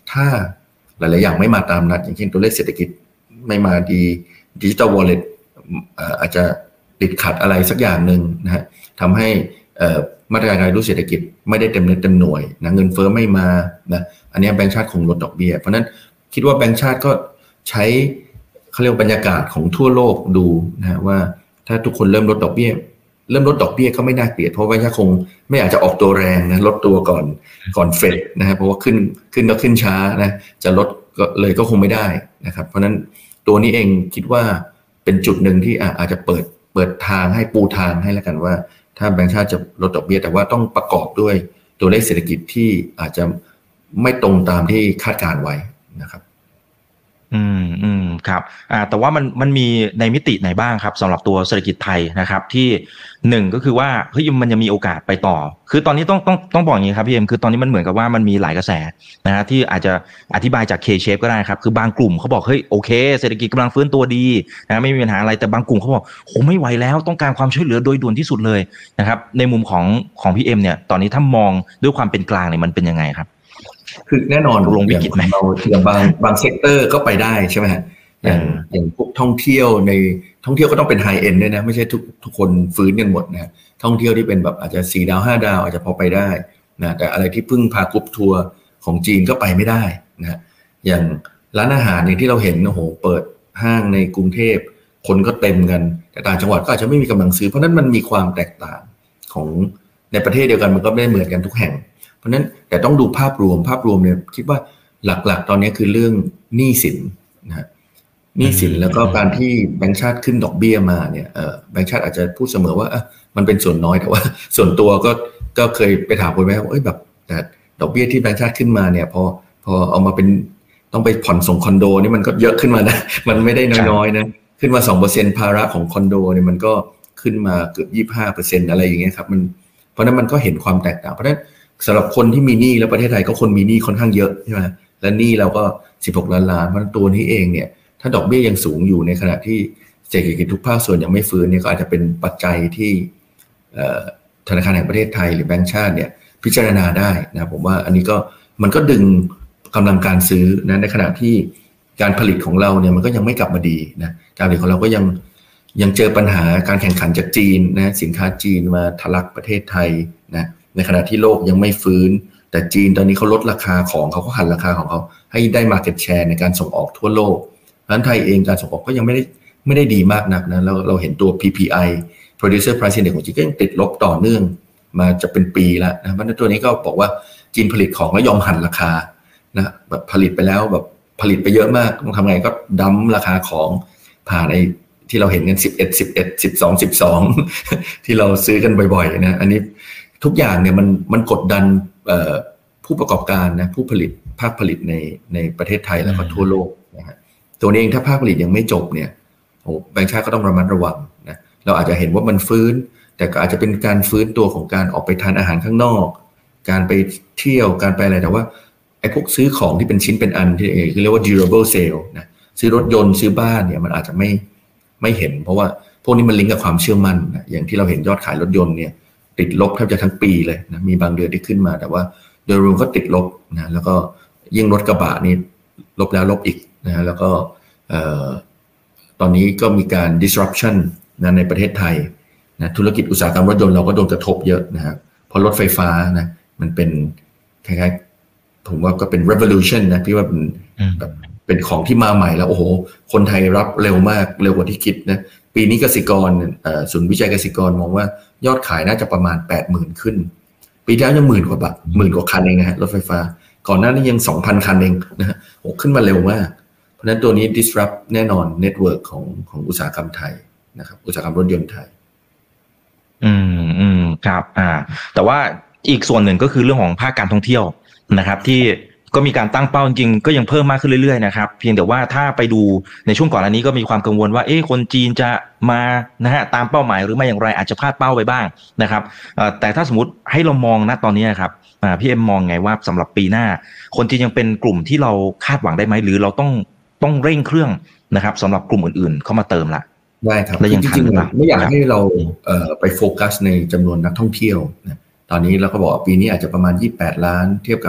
Speaker 3: ถ้าหลายๆอย่างไม่มาตามนัดอย่างเช่นตัวเลขเศรษฐกิจไม่มาดีดิจิทัลวอลเล็ตอาจจะติดขัดอะไรสักอย่างหนึ่งนะฮะทำให้มาตรการการกระตุ้นเศรษฐกิจไม่ได้เต็มเม็ดเต็มหน่วยนะเงินเฟ้อไม่มานะอันนี้แบงก์ชาติคงลดดอกเบี้ยเพราะนั้นคิดว่าแบงก์ชาติก็ใช้เขาเรียกบรรยากาศของทั่วโลกดูนะว่าถ้าทุกคนเริ่มลดดอกเบี้ยเริ่มลดดอกเบี้ยก็ไม่น่าเกลียดเพราะว่าแบงก์ชาติคงไม่อาจจะออกตัวแรงนะลดตัวก่อนก่อนเฟดนะฮะเพราะว่าขึ้นขึ้นก็ขึ้นช้านะจะลดก็เลยก็คงไม่ได้นะครับเพราะนั้นตัวนี้เองคิดว่าเป็นจุดหนึ่งที่อาจจะเปิดเปิดทางให้ปูทางให้แล้วกันว่าถ้าแบงก์ชาติจะลดดอกเบี้ยแต่ว่าต้องประกอบด้วยตัวเลขเศรษฐกิจที่อาจจะไม่ตรงตามที่คาดการไว้นะครับ
Speaker 2: อืมอืมครับอ่าแต่ว่ามันมันมีในมิติไหนบ้างครับสำหรับตัวเศรษฐกิจไทยนะครับที่หนึ่งก็คือว่าเฮ้ยมันยังมีโอกาสไปต่อคือตอนนี้ต้องต้องต้องบอกอย่างนี้ครับพี่เอ็มคือตอนนี้มันเหมือนกับว่ามันมีหลายกระแสนะฮะที่อาจจะอธิบายจาก K-shape ก็ได้ครับคือบางกลุ่มเขาบอกเฮ้ยโอเคเศรษฐกิจกำลังฟื้นตัวดีนะไม่มีปัญหาอะไรแต่บางกลุ่มเขาบอกโหไม่ไหวแล้วต้องการความช่วยเหลือโดยด่วนที่สุดเลยนะครับในมุมของของพี่เอ็มเนี่ยตอนนี้ถ้ามองด้วยความเป็นกลางเนี่ยมันเป็นยังไงครับ
Speaker 3: คือแน่นอน
Speaker 2: ลงวิกฤตไหม
Speaker 3: เราอย่างบางบางเซกเตอร์ก็ไปได้ใช่ไหมฮะอย่างอย่างพวกท่องเที่ยวในท่องเที่ยวก็ต้องเป็นไฮเอ็นด์ด้วยนะไม่ใช่ทุกทุกคนฟื้นกันหมดนะท่องเที่ยวที่เป็นแบบอาจจะสี่ดาวห้าดาวอาจจะพอไปได้นะแต่อะไรที่พึ่งพากรุ๊ปทัวร์ของจีนก็ไปไม่ได้นะอย่างร้านอาหารเนี่ยที่เราเห็นโอ้โหเปิดห้างในกรุงเทพคนก็เต็มกันแต่ต่างจังหวัดก็อาจจะไม่มีกำลังซื้อเพราะนั้นมันมีความแตกต่างของในประเทศเดียวกันมันก็ไม่ได้เหมือนกันทุกแห่งเพราะนั้นแต่ต้องดูภาพรวมภาพรวมเนี่ยคิดว่าหลักๆตอนนี้คือเรื่องหนี้สินนะหนี้สินแล้วก็การที่แบงก์ชาติขึ้นดอกเบี้ยมาเนี่ยแบงก์ชาติอาจจะพูดเสมอว่ามันเป็นส่วนน้อยแต่ว่าส่วนตัวก็ก็เคยไปถามคนแม่ว่าเอ้ยแบบแต่ดอกเบี้ยที่แบงก์ชาติขึ้นมาเนี่ยพอพอเอามาเป็นต้องไปผ่อนส่งคอนโดนี่มันก็เยอะขึ้นมานะมันไม่ได้น้อยๆนะขึ้นมา สองเปอร์เซ็นต์ ภาระของคอนโดเนี่ยมันก็ขึ้นมาเกือบ ยี่สิบห้าเปอร์เซ็นต์ อะไรอย่างเงี้ยครับมันเพราะนั้นมันก็เห็นความแตกต่างเพราะฉะนั้นสำหรับคนที่มีหนี้แล้วประเทศไทยก็คนมีหนี้ค่อนข้างเยอะใช่ไหมและหนี้เราก็สิบหกล้านล้านเพราะตัวนี้เองเนี่ยถ้าดอกเบี้ยยังสูงอยู่ในขณะที่เศรษฐกิจทุกภาคส่วนยังไม่ฟื้นเนี่ยก็อาจจะเป็นปัจจัยที่ธนาคารแห่งประเทศไทยหรือแบงก์ชาติเนี่ยพิจารณาได้นะผมว่าอันนี้ก็มันก็ดึงกำลังการซื้อนะในขณะที่การผลิตของเราเนี่ยมันก็ยังไม่กลับมาดีนะการผลิตของเราก็ยังยังเจอปัญหาการแข่งขันจากจีนนะสินค้าจีนมาทะลักประเทศไทยนะในขณะที่โลกยังไม่ฟื้นแต่จีนตอนนี้เขาลดราคาของเขาก็หันราคาของเขาให้ได้ market share ในการส่งออกทั่วโลกเพราะฉะนั้นไทยเองการส่งออกก็ยังไม่ได้ไม่ได้ดีมากนักนะเราเราเห็นตัว พี พี ไอ producer price index ของจีนก็ยังติดลบต่อเนื่องมาจะเป็นปีแล้วนะเพราะฉะนั้นตัวนี้ก็บอกว่าจีนผลิตของแล้วยอมหันราคานะแบบผลิตไปแล้วแบบผลิตไปเยอะมากต้องทำไงก็ดั้มราคาของผ่านไอ้ที่เราเห็นกันสิบเอ็ด สิบเอ็ด สิบสอง สิบสองที่เราซื้อกันบ่อยๆนะอันนี้ทุกอย่างเนี่ยมันมันกดดันผู้ประกอบการนะผู้ผลิตภาคผลิตในในประเทศไทยแล้วก็ทั่วโลกนะฮะตัวนี้เองถ้าภาคผลิตยังไม่จบเนี่ยโอ้แบงก์ชาติก็ต้องระมัดระวังนะเราอาจจะเห็นว่ามันฟื้นแต่ก็อาจจะเป็นการฟื้นตัวของการออกไปทานอาหารข้างนอกการไปเที่ยวการไปอะไรแต่ว่าไอ้พวกซื้อของที่เป็นชิ้นเป็นอันที่คือเรียกว่า durable sale นะซื้อรถยนต์ซื้อบ้านเนี่ยมันอาจจะไม่ไม่เห็นเพราะว่าพวกนี้มันลิงก์กับความเชื่อมั่นนะอย่างที่เราเห็นยอดขายรถยนต์เนี่ยติดลบแทบจะทั้งปีเลยนะมีบางเดือนที่ขึ้นมาแต่ว่าโดยรวมก็ติดลบนะแล้วก็ยิ่งรถกระบะนี่ลบแล้วลบอีกนะแล้วก็ตอนนี้ก็มีการ disruption นะในประเทศไทยนะธุรกิจอุตสาหกรรมรถยนต์เราก็โดนกระทบเยอะนะครับเพราะรถไฟฟ้านะมันเป็นคล้ายๆผมว่าก็เป็น revolution นะที่ว่าเป็นแบบเป็นของที่มาใหม่แล้วโอ้โหคนไทยรับเร็วมากเร็วกว่าที่คิดนะปีนี้กสิกรศูนย์วิจัยกสิกรมองว่ายอดขายน่าจะประมาณ แปดหมื่น ขึ้นปีที่แล้วยังหมื่นกว่าบาทหมื่นกว่าคันเองนะฮะรถไฟฟ้าก่อนหน้านี้ยัง สองพัน คันเองนะฮะโอ้ขึ้นมาเร็วมากเพราะฉะนั้นตัวนี้ disrupt แน่นอน network ของของอุตสาหกรรมไทยนะครับอุตสาหกรรมรถยนต์ไทย
Speaker 2: อืมอืมครับอ่าแต่ว่าอีกส่วนหนึ่งก็คือเรื่องของภาคการท่องเที่ยวนะครับที่ก็มีการตั้งเป้าจริงๆก็ยังเพิ่มมากขึ้นเรื่อยๆนะครับเพียงแต่ว่าถ้าไปดูในช่วงก่อนอันนี้ก็มีความกังวลว่าเอ๊ะคนจีนจะมานะฮะตามเป้าหมายหรือไม่อย่างไรอาจจะพลาดเป้าไปบ้างนะครับแต่ถ้าสมมติให้เรามองณตอนนี้ครับพี่เอ็มมองไงว่าสำหรับปีหน้าคนจีนยังเป็นกลุ่มที่เราคาดหวังได้ไหมหรือเราต้องต้องเร่งเครื่องนะครับสำหรับกลุ่มอื่นๆเข้ามาเติมละ
Speaker 3: ได้ครับจริงๆไม่อยากให้เราไปโฟกัสในจำนวนนักท่องเที่ยวนะตอนนี้เราก็บอกปีนี้อาจจะประมาณยี่สิบแปดล้านเทียบกับ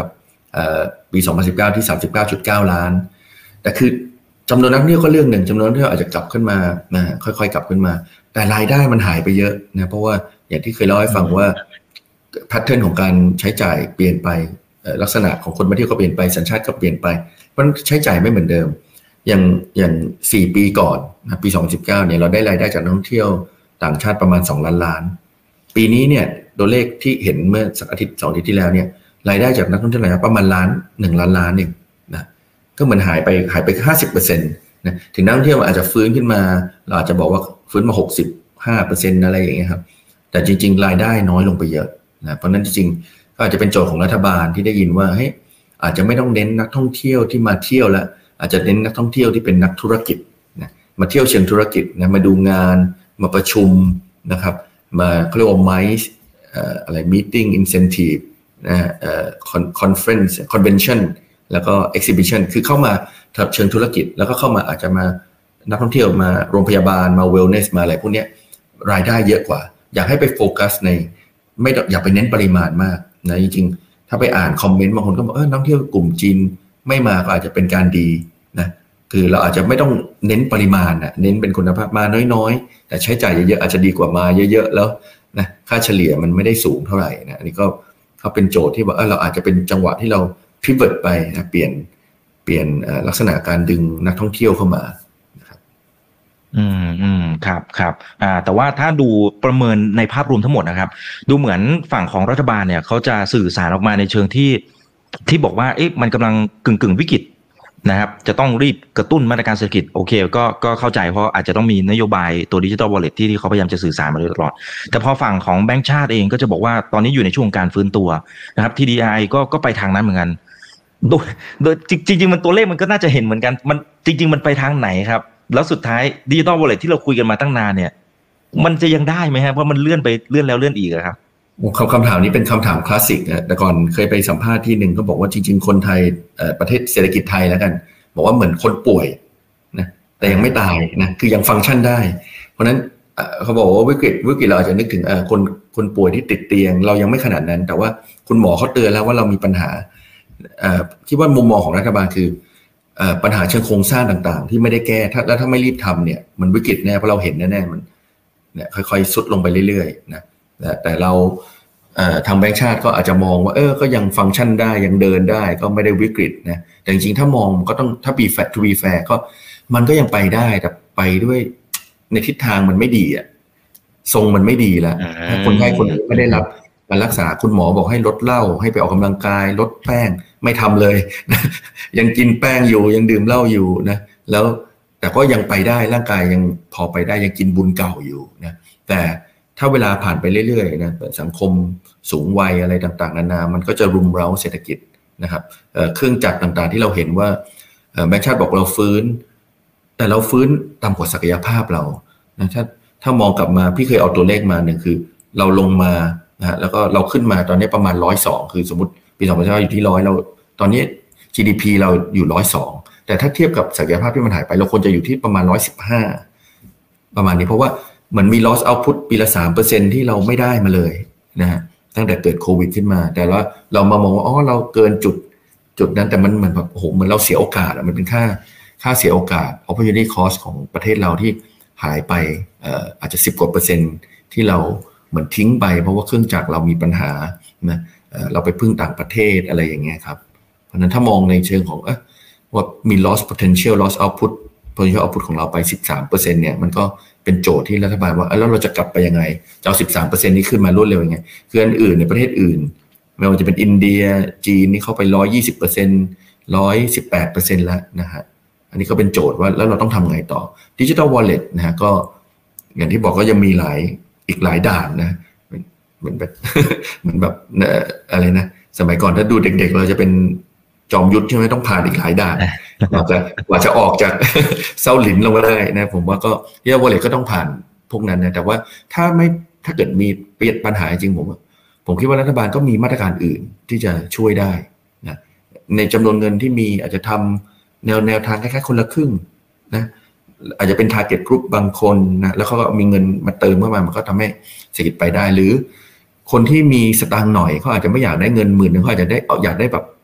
Speaker 3: ปีสองพันสิบเก้าที่ สามสิบเก้าจุดเก้า ล้านแต่คือจำนวนนักท่องเที่ยวก็เรื่องหนึ่งจำนวนนักท่องเที่ยวอาจจะกลับขึ้นมานะค่อยๆกลับขึ้นมาแต่รายได้มันหายไปเยอะนะเพราะว่าอย่างที่เคยเล่าให้ฟังว่าแพทเทิร์นของการใช้จ่ายเปลี่ยนไปลักษณะของคนมาเที่ยวก็เปลี่ยนไปสัญชาติก็เปลี่ยนไปมันใช้จ่ายไม่เหมือนเดิมอย่างอย่างสี่ปีก่อนนะปีสองพันสิบเก้าเนี่ยเราได้รายได้จากนักท่องเที่ยวต่างชาติประมาณสองล้านล้านปีนี้เนี่ยตัวเลขที่เห็นเมื่อสักอาทิตย์สองอาทิตย์ที่แล้วเนี่ยรายได้จากนักท่องเที่ยวประมาณล้านหนึ่งล้านล้านเองนะก็เหมือนหายไปหายไปห้าสิบเปอร์เซ็นต์นะถึงนักท่องเที่ยวอาจจะฟื้นขึ้นมาเราอาจจะบอกว่าฟื้นมาหกสิบห้าเปอร์เซ็นต์อะไรอย่างเงี้ยครับแต่จริงๆรายได้น้อยลงไปเยอะนะเพราะนั้นจริงๆก็อาจจะเป็นโจทย์ของรัฐบาลที่ได้ยินว่าเฮ้ยอาจจะไม่ต้องเน้นนักท่องเที่ยวที่มาเที่ยวแล้วอาจจะเน้นนักท่องเที่ยวที่เป็นนักธุรกิจนะมาเที่ยวเชิงธุรกิจนะมาดูงานมาประชุมนะครับมาเขาเรียกว่าไมซ์อะไร meeting incentive นะเอ่อ conference convention แล้วก็ exhibition คือเข้ามาเชิงธุรกิจแล้วก็เข้ามาอาจจะมานักท่องเที่ยวมาโรงพยาบาลมา wellness มาอะไรพวกนี้รายได้เยอะกว่าอยากให้ไปโฟกัสในไม่อยากไปเน้นปริมาณมากนะจริงๆถ้าไปอ่านคอมเมนต์บางคนก็บอกเออนักท่องเที่ยวกลุ่มจีนไม่มาก็อาจจะเป็นการดีนะคือเราอาจจะไม่ต้องเน้นปริมาณนะเน้นเป็นคุณภาพมาน้อยๆแต่ใช้จ่ายเยอะๆอาจจะดีกว่ามาเยอะๆแล้วนะค่าเฉลี่ยมันไม่ได้สูงเท่าไหร่นะอันนี้ก็เขาเป็นโจทย์ที่ว่าเออเราอาจจะเป็นจังหวะที่เราพิเวิร์ตไปนะเปลี่ยนเปลี่ยนลักษณะการดึงนักท่องเที่ยวเข้ามา
Speaker 2: อืมอืมครับครับอ่าแต่ว่าถ้าดูประเมินในภาพรวมทั้งหมดนะครับดูเหมือนฝั่งของรัฐบาลเนี่ยเขาจะสื่อสารออกมาในเชิงที่ที่บอกว่าเอ๊ะมันกำลังกึ่งกึ่งวิกฤตนะครับจะต้องรีบกระตุ้นมาตรการเศรษฐกิจโอเคก็ก็เข้าใจเพราะอาจจะต้องมีนโยบายตัวดิจิทัลวอลเล็ตที่ที่เขาพยายามจะสื่อสารมาโดยตลอดแต่พอฝั่งของแบงก์ชาติเองก็จะบอกว่าตอนนี้อยู่ในช่วงการฟื้นตัวนะครับ ที ดี ไอ ก็ก็ไปทางนั้นเหมือนกันโดยโดยจริงๆมันตัวเลขมันก็น่าจะเห็นเหมือนกันมันจริงๆมันไปทางไหนครับแล้วสุดท้ายดิจิตอลวอลเล็ตที่เราคุยกันมาตั้งนานเนี่ยมันจะยังได้ไหมครับเพราะมันเลื่อนไปเลื่อนแล้วเลื่อนอีกครับ
Speaker 3: คำคำถามนี้เป็นคำถามคลาสสิกนะแต่ก่อนเคยไปสัมภาษณ์ที่หนึ่งก็บอกว่าจริงๆคนไทยประเทศเศรษฐกิจไทยแล้วกันบอกว่าเหมือนคนป่วยนะแต่ยังไม่ตายนะคือยังฟังก์ชันได้เพราะนั้นเขาบอกว่าวิกฤตวิกฤตเราอาจจะนึกถึงคนคนป่วยที่ติดเตียงเรายังไม่ขนาดนั้นแต่ว่าคุณหมอเขาเตือนแล้วว่าเรามีปัญหาคิดว่ามุมมองของรัฐบาลคือปัญหาเชิงโครงสร้างต่างๆที่ไม่ได้แก้ถ้าแล้วถ้าไม่รีบทำเนี่ยมันวิกฤตแน่เพราะเราเห็นแน่ๆมันเนี่ยค่อยๆซุดลงไปเรื่อยๆนะแต่เราทางแบงก์ชาติก็อาจจะมองว่าเออก็ยังฟังก์ชันได้ยังเดินได้ก็ไม่ได้วิกฤตนะแต่จริงๆถ้ามองก็ต้องถ้า be fair to be fair ก็มันก็ยังไปได้แต่ไปด้วยในทิศทางมันไม่ดีอ่ะทรงมันไม่ดีแล้วถ้าคนไข้คนอื่นไม่ได้รับการรักษาคุณหมอบอกให้ลดเหล้าให้ไปออกกำลังกายลดแป้งไม่ทำเลยนะยังกินแป้งอยู่ยังดื่มเหล้าอยู่นะแล้วแต่ก็ยังไปได้ร่างกายยังพอไปได้ยังกินบุญเก่าอยู่นะแต่ถ้าเวลาผ่านไปเรื่อยๆนะสังคมสูงวัยอะไรต่างๆนานามันก็จะรุมเร้าเศรษฐกิจนะครับเครื่องจักรต่างๆที่เราเห็นว่าแบงก์ชาติบอกเราฟื้นแต่เราฟื้นต่ำกว่าศักยภาพเรานะถ้าถ้ามองกลับมาพี่เคยเอาตัวเลขมาหนึ่งคือเราลงมานะแล้วก็เราขึ้นมาตอนนี้ประมาณหนึ่งร้อยสองคือสมมุติปีสองพันสิบเก้าอยู่ที่หนึ่งร้อยเราตอนนี้ จี ดี พี เราอยู่หนึ่งร้อยสองแต่ถ้าเทียบกับศักยภาพที่มันหายไปเราควรจะอยู่ที่ประมาณหนึ่งร้อยสิบห้าประมาณนี้เพราะว่าเหมือนมี loss output ปีละ สามเปอร์เซ็นต์ ที่เราไม่ได้มาเลยนะฮะตั้งแต่เกิดโควิดขึ้นมาแต่ว่าเรามามองว่าอ๋อเราเกินจุดจุดนั้นแต่มันเหมือนแบบโอ้โหเหมือนเราเสียโอกาสมันเป็นค่าค่าเสียโอกาส opportunity cost ของประเทศเราที่หายไปเอ่ออาจจะสิบกว่าเปอร์เซ็นต์ที่เราเหมือนทิ้งไปเพราะว่าเครื่องจักรเรามีปัญหานะเอ่อเราไปพึ่งต่างประเทศอะไรอย่างเงี้ยครับเพราะนั้นถ้ามองในเชิงของเออว่ามี loss potential loss output potential output ของเราไป สิบสามเปอร์เซ็นต์ เนี่ยมันก็เป็นโจทย์ที่รัฐบาลว่าแล้วเราจะกลับไปยังไงจะเอา สิบสามเปอร์เซ็นต์ นี้ขึ้นมารวดเร็วยังไงคืออันอื่นในประเทศอื่นไม่ว่าจะเป็นอินเดียจีนนี่เข้าไป หนึ่งร้อยยี่สิบเปอร์เซ็นต์ หนึ่งร้อยสิบแปดเปอร์เซ็นต์ แล้วนะฮะอันนี้ก็เป็นโจทย์ว่าแล้วเราต้องทำไงต่อ Digital Wallet นะฮะก็อย่างที่บอกก็ยังมีหลายอีกหลายด่านนะเหมือนแบบเหมือนแบบอะไรนะสมัยก่อนถ้าดูเด็กๆเราจะเป็นจอมยุทธใช่ไหมต้องผ่านอีกหลายด่านกว่าจะกว่าจะออกจากเส้าหลินลงมาได้นะผมว่าก็ที่วอลเล็ตก็ต้องผ่านพวกนั้นนะแต่ว่าถ้าไม่ถ้าเกิดมีเปลี่ยนปัญหาจริงผมผมคิดว่ารัฐบาลก็มีมาตรการอื่นที่จะช่วยได้นะในจำนวนเงินที่มีอาจจะทำแนวแนวทางคล้ายๆคนละครึ่งนะอาจจะเป็น target group บางคนนะแล้วเขาก็มีเงินมาเติมเข้ามามันก็ทำให้เศรษฐกิจไปได้หรือคนที่มีสตางค์หน่อยเขาอาจจะไม่อยากได้เงินหมื่นนึงเขาอาจจะได้อยากได้แบบ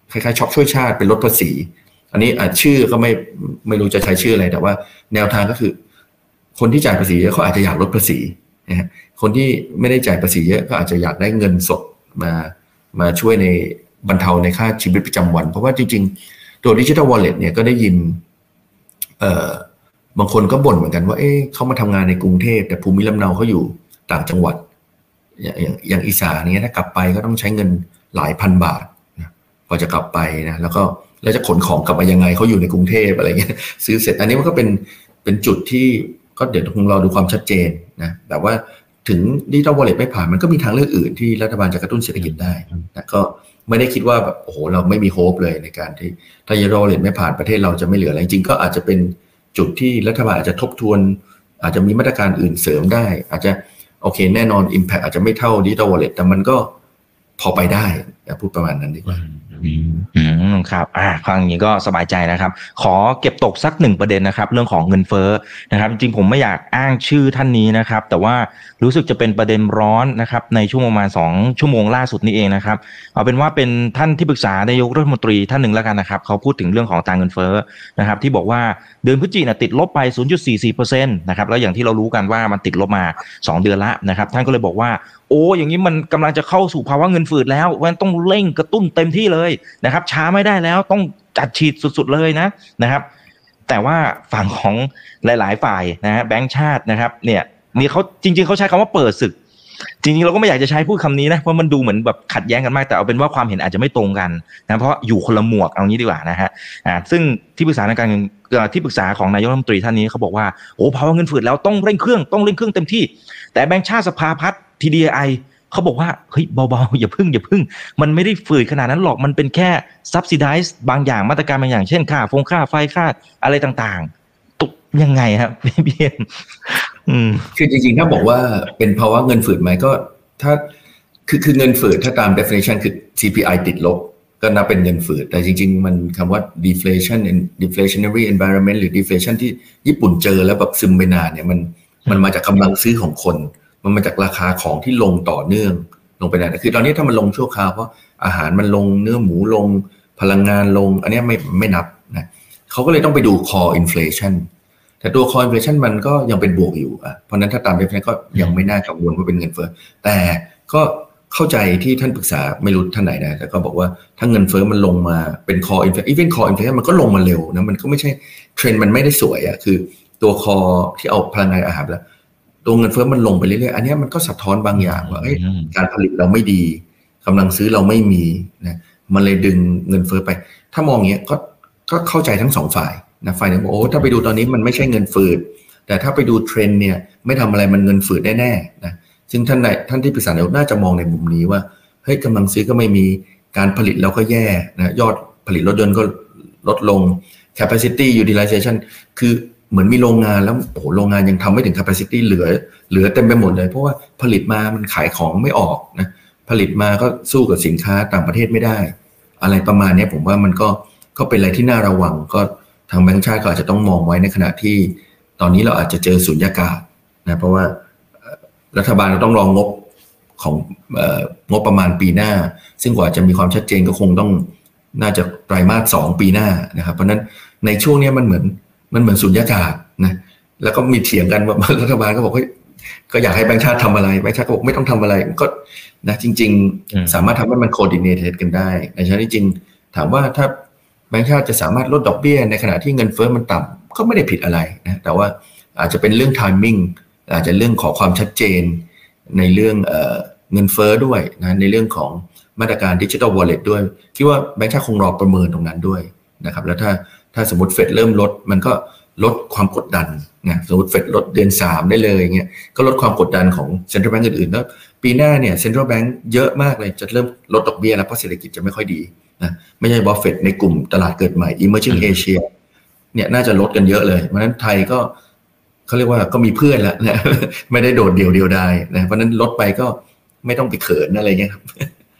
Speaker 3: คล้ายๆช็อปช่วยชาติเป็นลดภาษีอันนี้อาจชื่อก็ไม่ไม่รู้จะใช้ชื่ออะไรแต่ว่าแนวทางก็คือคนที่จ่ายภาษีเยอะเขาอาจจะอยากลดภาษีนะฮะคนที่ไม่ได้จ่ายภาษีเยอะก็อาจจะอยากได้เงินสดมามาช่วยในบรรเทาในค่าชีวิตประจำวันเพราะว่าจริงๆตัว Digital Wallet เนี่ยก็ได้ยินเอ่อบางคนก็บ่นเหมือนกันว่าเอ๊ะเขามาทำงานในกรุงเทพแต่ภูมิลำเนาเขาอยู่ต่างจังหวัดอย่างอย่างอีสานเนี้ยถ้ากลับไปก็ต้องใช้เงินหลายพันบาทนะพอจะกลับไปนะแล้วก็แล้วจะขนของกลับมายังไงเขาอยู่ในกรุงเทพอะไรเงี้ยซื้อเสร็จอันนี้มันก็เป็นเป็นจุดที่ก็เดี๋ยวคงรอดูความชัดเจนนะแต่ว่าถึง Digital Wallet ไม่ผ่านมันก็มีทางเลือกอื่นที่รัฐบาลจะกระตุ้นเศรษฐกิจได้นะก็ไม่ได้คิดว่าแบบโอ้โหเราไม่มีโฮปเลยในการที่ถ้า Digital Wallet ไม่ผ่านประเทศเราจะไม่เหลืออะไรจริงๆก็อาจจะเป็นจุดที่รัฐบาลอาจจะทบทวนอาจจะมีมาตรการอื่นเสริมได้อาจจะโอเคแน่นอน Impact อาจจะไม่เท่า Digital Wallet แต่มันก็พอไปได้พูดประมาณนั้นดีกว่า
Speaker 2: อืมครับอ่าฟังอย่างนี้ก็สบายใจนะครับขอเก็บตกสักหนึ่งประเด็นนะครับเรื่องของเงินเฟ้อนะครับจริงๆผมไม่อยากอ้างชื่อท่านนี้นะครับแต่ว่ารู้สึกจะเป็นประเด็นร้อนนะครับในช่วงประมาณสองชั่วโมงล่าสุดนี้เองนะครับเอาเป็นว่าเป็นท่านที่ปรึกษานายกรัฐมนตรีท่านหนึ่งแล้วกันนะครับเขาพูดถึงเรื่องของตราเงินเฟ้อนะครับที่บอกว่าเดือนพฤศจิกายนติดลบไป ศูนย์จุดสี่สี่เปอร์เซ็นต์ นะครับแล้วอย่างที่เรารู้กันว่ามันติดลบมาสองเดือนละนะครับท่านก็เลยบอกว่าโอ้อย่างนี้มันกำลังจะเข้าสู่ภาวะเงินฝืดแล้วมันต้องเร่งกระตุ้นเต็มที่เลยนะครับช้าไม่ได้แล้วต้องจัดฉีดสุดๆเลยนะนะครับแต่ว่าฝั่งของหลายๆฝ่ายนะฮะแบงก์ชาตินะครับเนี่ยนี่เขาจริงๆเขาใช้คำว่าเปิดศึกจริงๆเราก็ไม่อยากจะใช้พูดคำนี้นะเพราะมันดูเหมือนแบบขัดแย้งกันมากแต่เอาเป็นว่าความเห็นอาจจะไม่ตรงกันนะเพราะอยู่คนละหมวกเอางี้ดีกว่านะฮะอ่าซึ่งที่ปรึกษาในการเงินที่ปรึกษาของนายกรัฐมนตรีท่านนี้เขาบอกว่าโอ้ภาวะเงินฝืดแล้วต้องเร่งเครื่องต้องเร่งเครื่องเต็มที่แต่แบงก์ชาติสภาพัฒน์ ที ดี ไอ เขาบอกว่าเฮ้ยเบาๆอย่าพึ่งอย่าพึ่งมันไม่ได้ฝืดขนาดนั้นหรอกมันเป็นแค่ subsidize บางอย่างมาตรการบางอย่างเช่นค่าฟงค่าไฟค่าอะไรต่างๆตกยังไงครับพี่เอ็มอืม
Speaker 3: คือจริงๆถ้าบอกว่าเป็นภาวะเงินฝืดไหมก็ถ้าคือคือเงินฝืดถ้าตาม definition คือ ซี พี ไอ ติดลบก็นับเป็นเงินฝืดแต่จริงๆมันคำว่า deflation and deflationary environment หรือ deflation ที่ญี่ปุ่นเจอแล้วแบบซึมไปนานเนี่ยมันมันมาจากกำลังซื้อของคนมันมาจากราคาของที่ลงต่อเนื่องลงไปนานคือตอนนี้ถ้ามันลงชั่วคราวเพราะอาหารมันลงเนื้อหมูลงพลังงานลงอันนี้ไม่ไม่นับนะเขาก็เลยต้องไปดู core inflation แต่ตัว core inflation มันก็ยังเป็นบวกอยู่อ่ะเพราะนั้นถ้าตาม deflation ก็ยังไม่น่ากังวลว่าเป็นเงินเฟ้อแต่ก็เข้าใจที่ท่านปรึกษาไม่รู้ท่านไหนนะแต่ก็บอกว่าถ้าเงินเฟ้อมันลงมาเป็น core inflation even core inflation มันก็ลงมาเร็วนะมันก็ไม่ใช่เทรนด์มันไม่ได้สวยอ่ะคือตัว core ที่เอาพลังงานอาหารแล้วตัวเงินเฟ้อมันลงไปเรื่อยๆอันนี้มันก็สะท้อนบางอย่างว่าการผลิตเราไม่ดีกำลังซื้อเราไม่มีนะมันเลยดึงเงินเฟ้อไปถ้ามองอย่างเงี้ยก็ก็เข้าใจทั้งสองฝ่ายนะฝ่ายนึงบอกโอ้ถ้าไปดูตอนนี้มันไม่ใช่เงินฝืดแต่ถ้าไปดูเทรนด์เนี่ยไม่ทำอะไรมันเงินฝืดแน่ๆนะซึ่งท่านท่านที่ปรึกษานายกน่าจะมองในมุมนี้ว่าเฮ้ยกำลังซื้อก็ไม่มีการผลิตเราก็แย่นะยอดผลิตรถยนต์ก็ลดลง capacity utilization คือเหมือนมีโรงงานแล้วโอ้โหโรงงานยังทำไม่ถึง capacity เหลือเหลือเต็มไปหมดเลยเพราะว่าผลิตมามันขายของไม่ออกนะผลิตมาก็สู้กับสินค้าต่างประเทศไม่ได้อะไรประมาณนี้ผมว่ามันก็ก็เป็นอะไรที่น่าระวังก็ทางแบงก์ชาติก็อาจจะต้องมองไว้ในขณะที่ตอนนี้เราอาจจะเจอสุญญากาศนะเพราะว่ารัฐบาลเราต้องรองงบของเอ่องบประมาณปีหน้าซึ่งกว่าจะมีความชัดเจนก็คงต้องน่าจะไตรมาสสองปีหน้านะครับเพราะนั้นในช่วงนี้มันเหมือนมันเหมือนสุญญากาศนะแล้วก็มีเถียงกันว่ารัฐบาลก็บอกว่าก็อยากให้แบงก์ชาติทำอะไรแบงก์ชาติก็บอกไม่ต้องทำอะไรก็นะจริงๆสามารถทำให้มัน coordinated กันได้ในชั้นที่จริงถามว่าถ้าแบงก์ชาติจะสามารถลดดอกเบี้ยในขณะที่เงินเฟ้อมันต่ำก็ไม่ได้ผิดอะไรนะแต่ว่าอาจจะเป็นเรื่อง timing อาจจะเรื่องขอความชัดเจนในเรื่องเอ่อเงินเฟ้อด้วยนะในเรื่องของมาตรการ Digital Wallet ด้วยคิดว่าแบงก์ชาติคงรอประเมินตรงนั้นด้วยนะครับแล้วถ้าถ้าสมมติเฟดเริ่มลดมันก็ลดความกดดันนะสมมติเฟดลดเดือนสามได้เลยเงี้ยก็ลดความกดดันของเซ็นทรัลแบงก์อื่นๆแล้วปีหน้าเนี่ยเซ็นทรัลแบงก์เยอะมากเลยจะเริ่มลดดอกเบี้ยแล้วเพราะเศรษฐกิจจะไม่ค่อยดีนะไม่ใช่ว่าเฟดในกลุ่มตลาดเกิดใหม่ Emerging Asia เนี่ยน่าจะลดกันเยอะเลยเพราะฉะนั้นไทยก็เขาเรียกว่าก็มีเพื่อนแล้วนะไม่ได้โดดเดี่ยวเดียวดายนะเพราะนั้นลดไปก็ไม่ต้องไปเขินอะไรเงี้ยครับ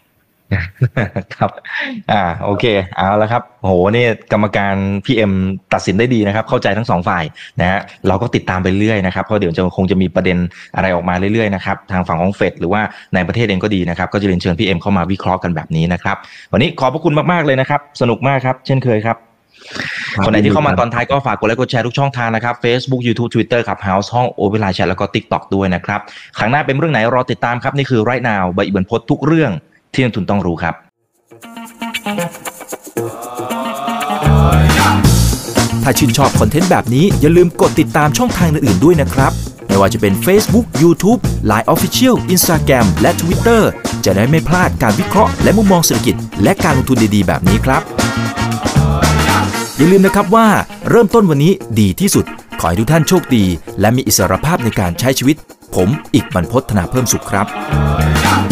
Speaker 2: ครับอ่าโอเคเอาละครับโหนี่กรรมการพี่เอ็มตัดสินได้ดีนะครับเข้าใจทั้งสองฝ่ายนะฮะเราก็ติดตามไปเรื่อยนะครับเพราะเดี๋ยวจะคงจะมีประเด็นอะไรออกมาเรื่อยๆนะครับทางฝั่งของเฟดหรือว่าในประเทศเองก็ดีนะครับก็จะเรียนเชิญพี่เอ็มเข้ามาวิเคราะห์กันแบบนี้นะครับวันนี้ขอบพระคุณมากๆเลยนะครับสนุกมากครับเช่นเคยครับคนไหนที่เข้ามาตอนท้ายก็ฝากกดไลค์กดแชร์ทุกช่องทางนะครับ Facebook YouTube Twitter ครับ House ห้อง Open Line Chat แล้วก็ TikTok ด้วยนะครับครั้งหน้าเป็นเรื่องไหนรอติดตามครับนี่คือ Right Now ใบอิบันพจน์ทุกเรื่องที่นักทุนต้องรู้ครับ
Speaker 4: ถ้าชื่นชอบคอนเทนต์แบบนี้อย่าลืมกดติดตามช่องทางอื่นๆด้วยนะครับไม่ว่าจะเป็น Facebook YouTube ไลน์ Official Instagram และ Twitter จะได้ไม่พลาดการวิเคราะห์และมุมมองเศรษฐกิจและการลงทุนดีๆแบบนี้ครับอย่าลืมนะครับว่าเริ่มต้นวันนี้ดีที่สุดขอให้ทุกท่านโชคดีและมีอิสรภาพในการใช้ชีวิตผมอีกบรรพต ธนาเพิ่มสุขครับ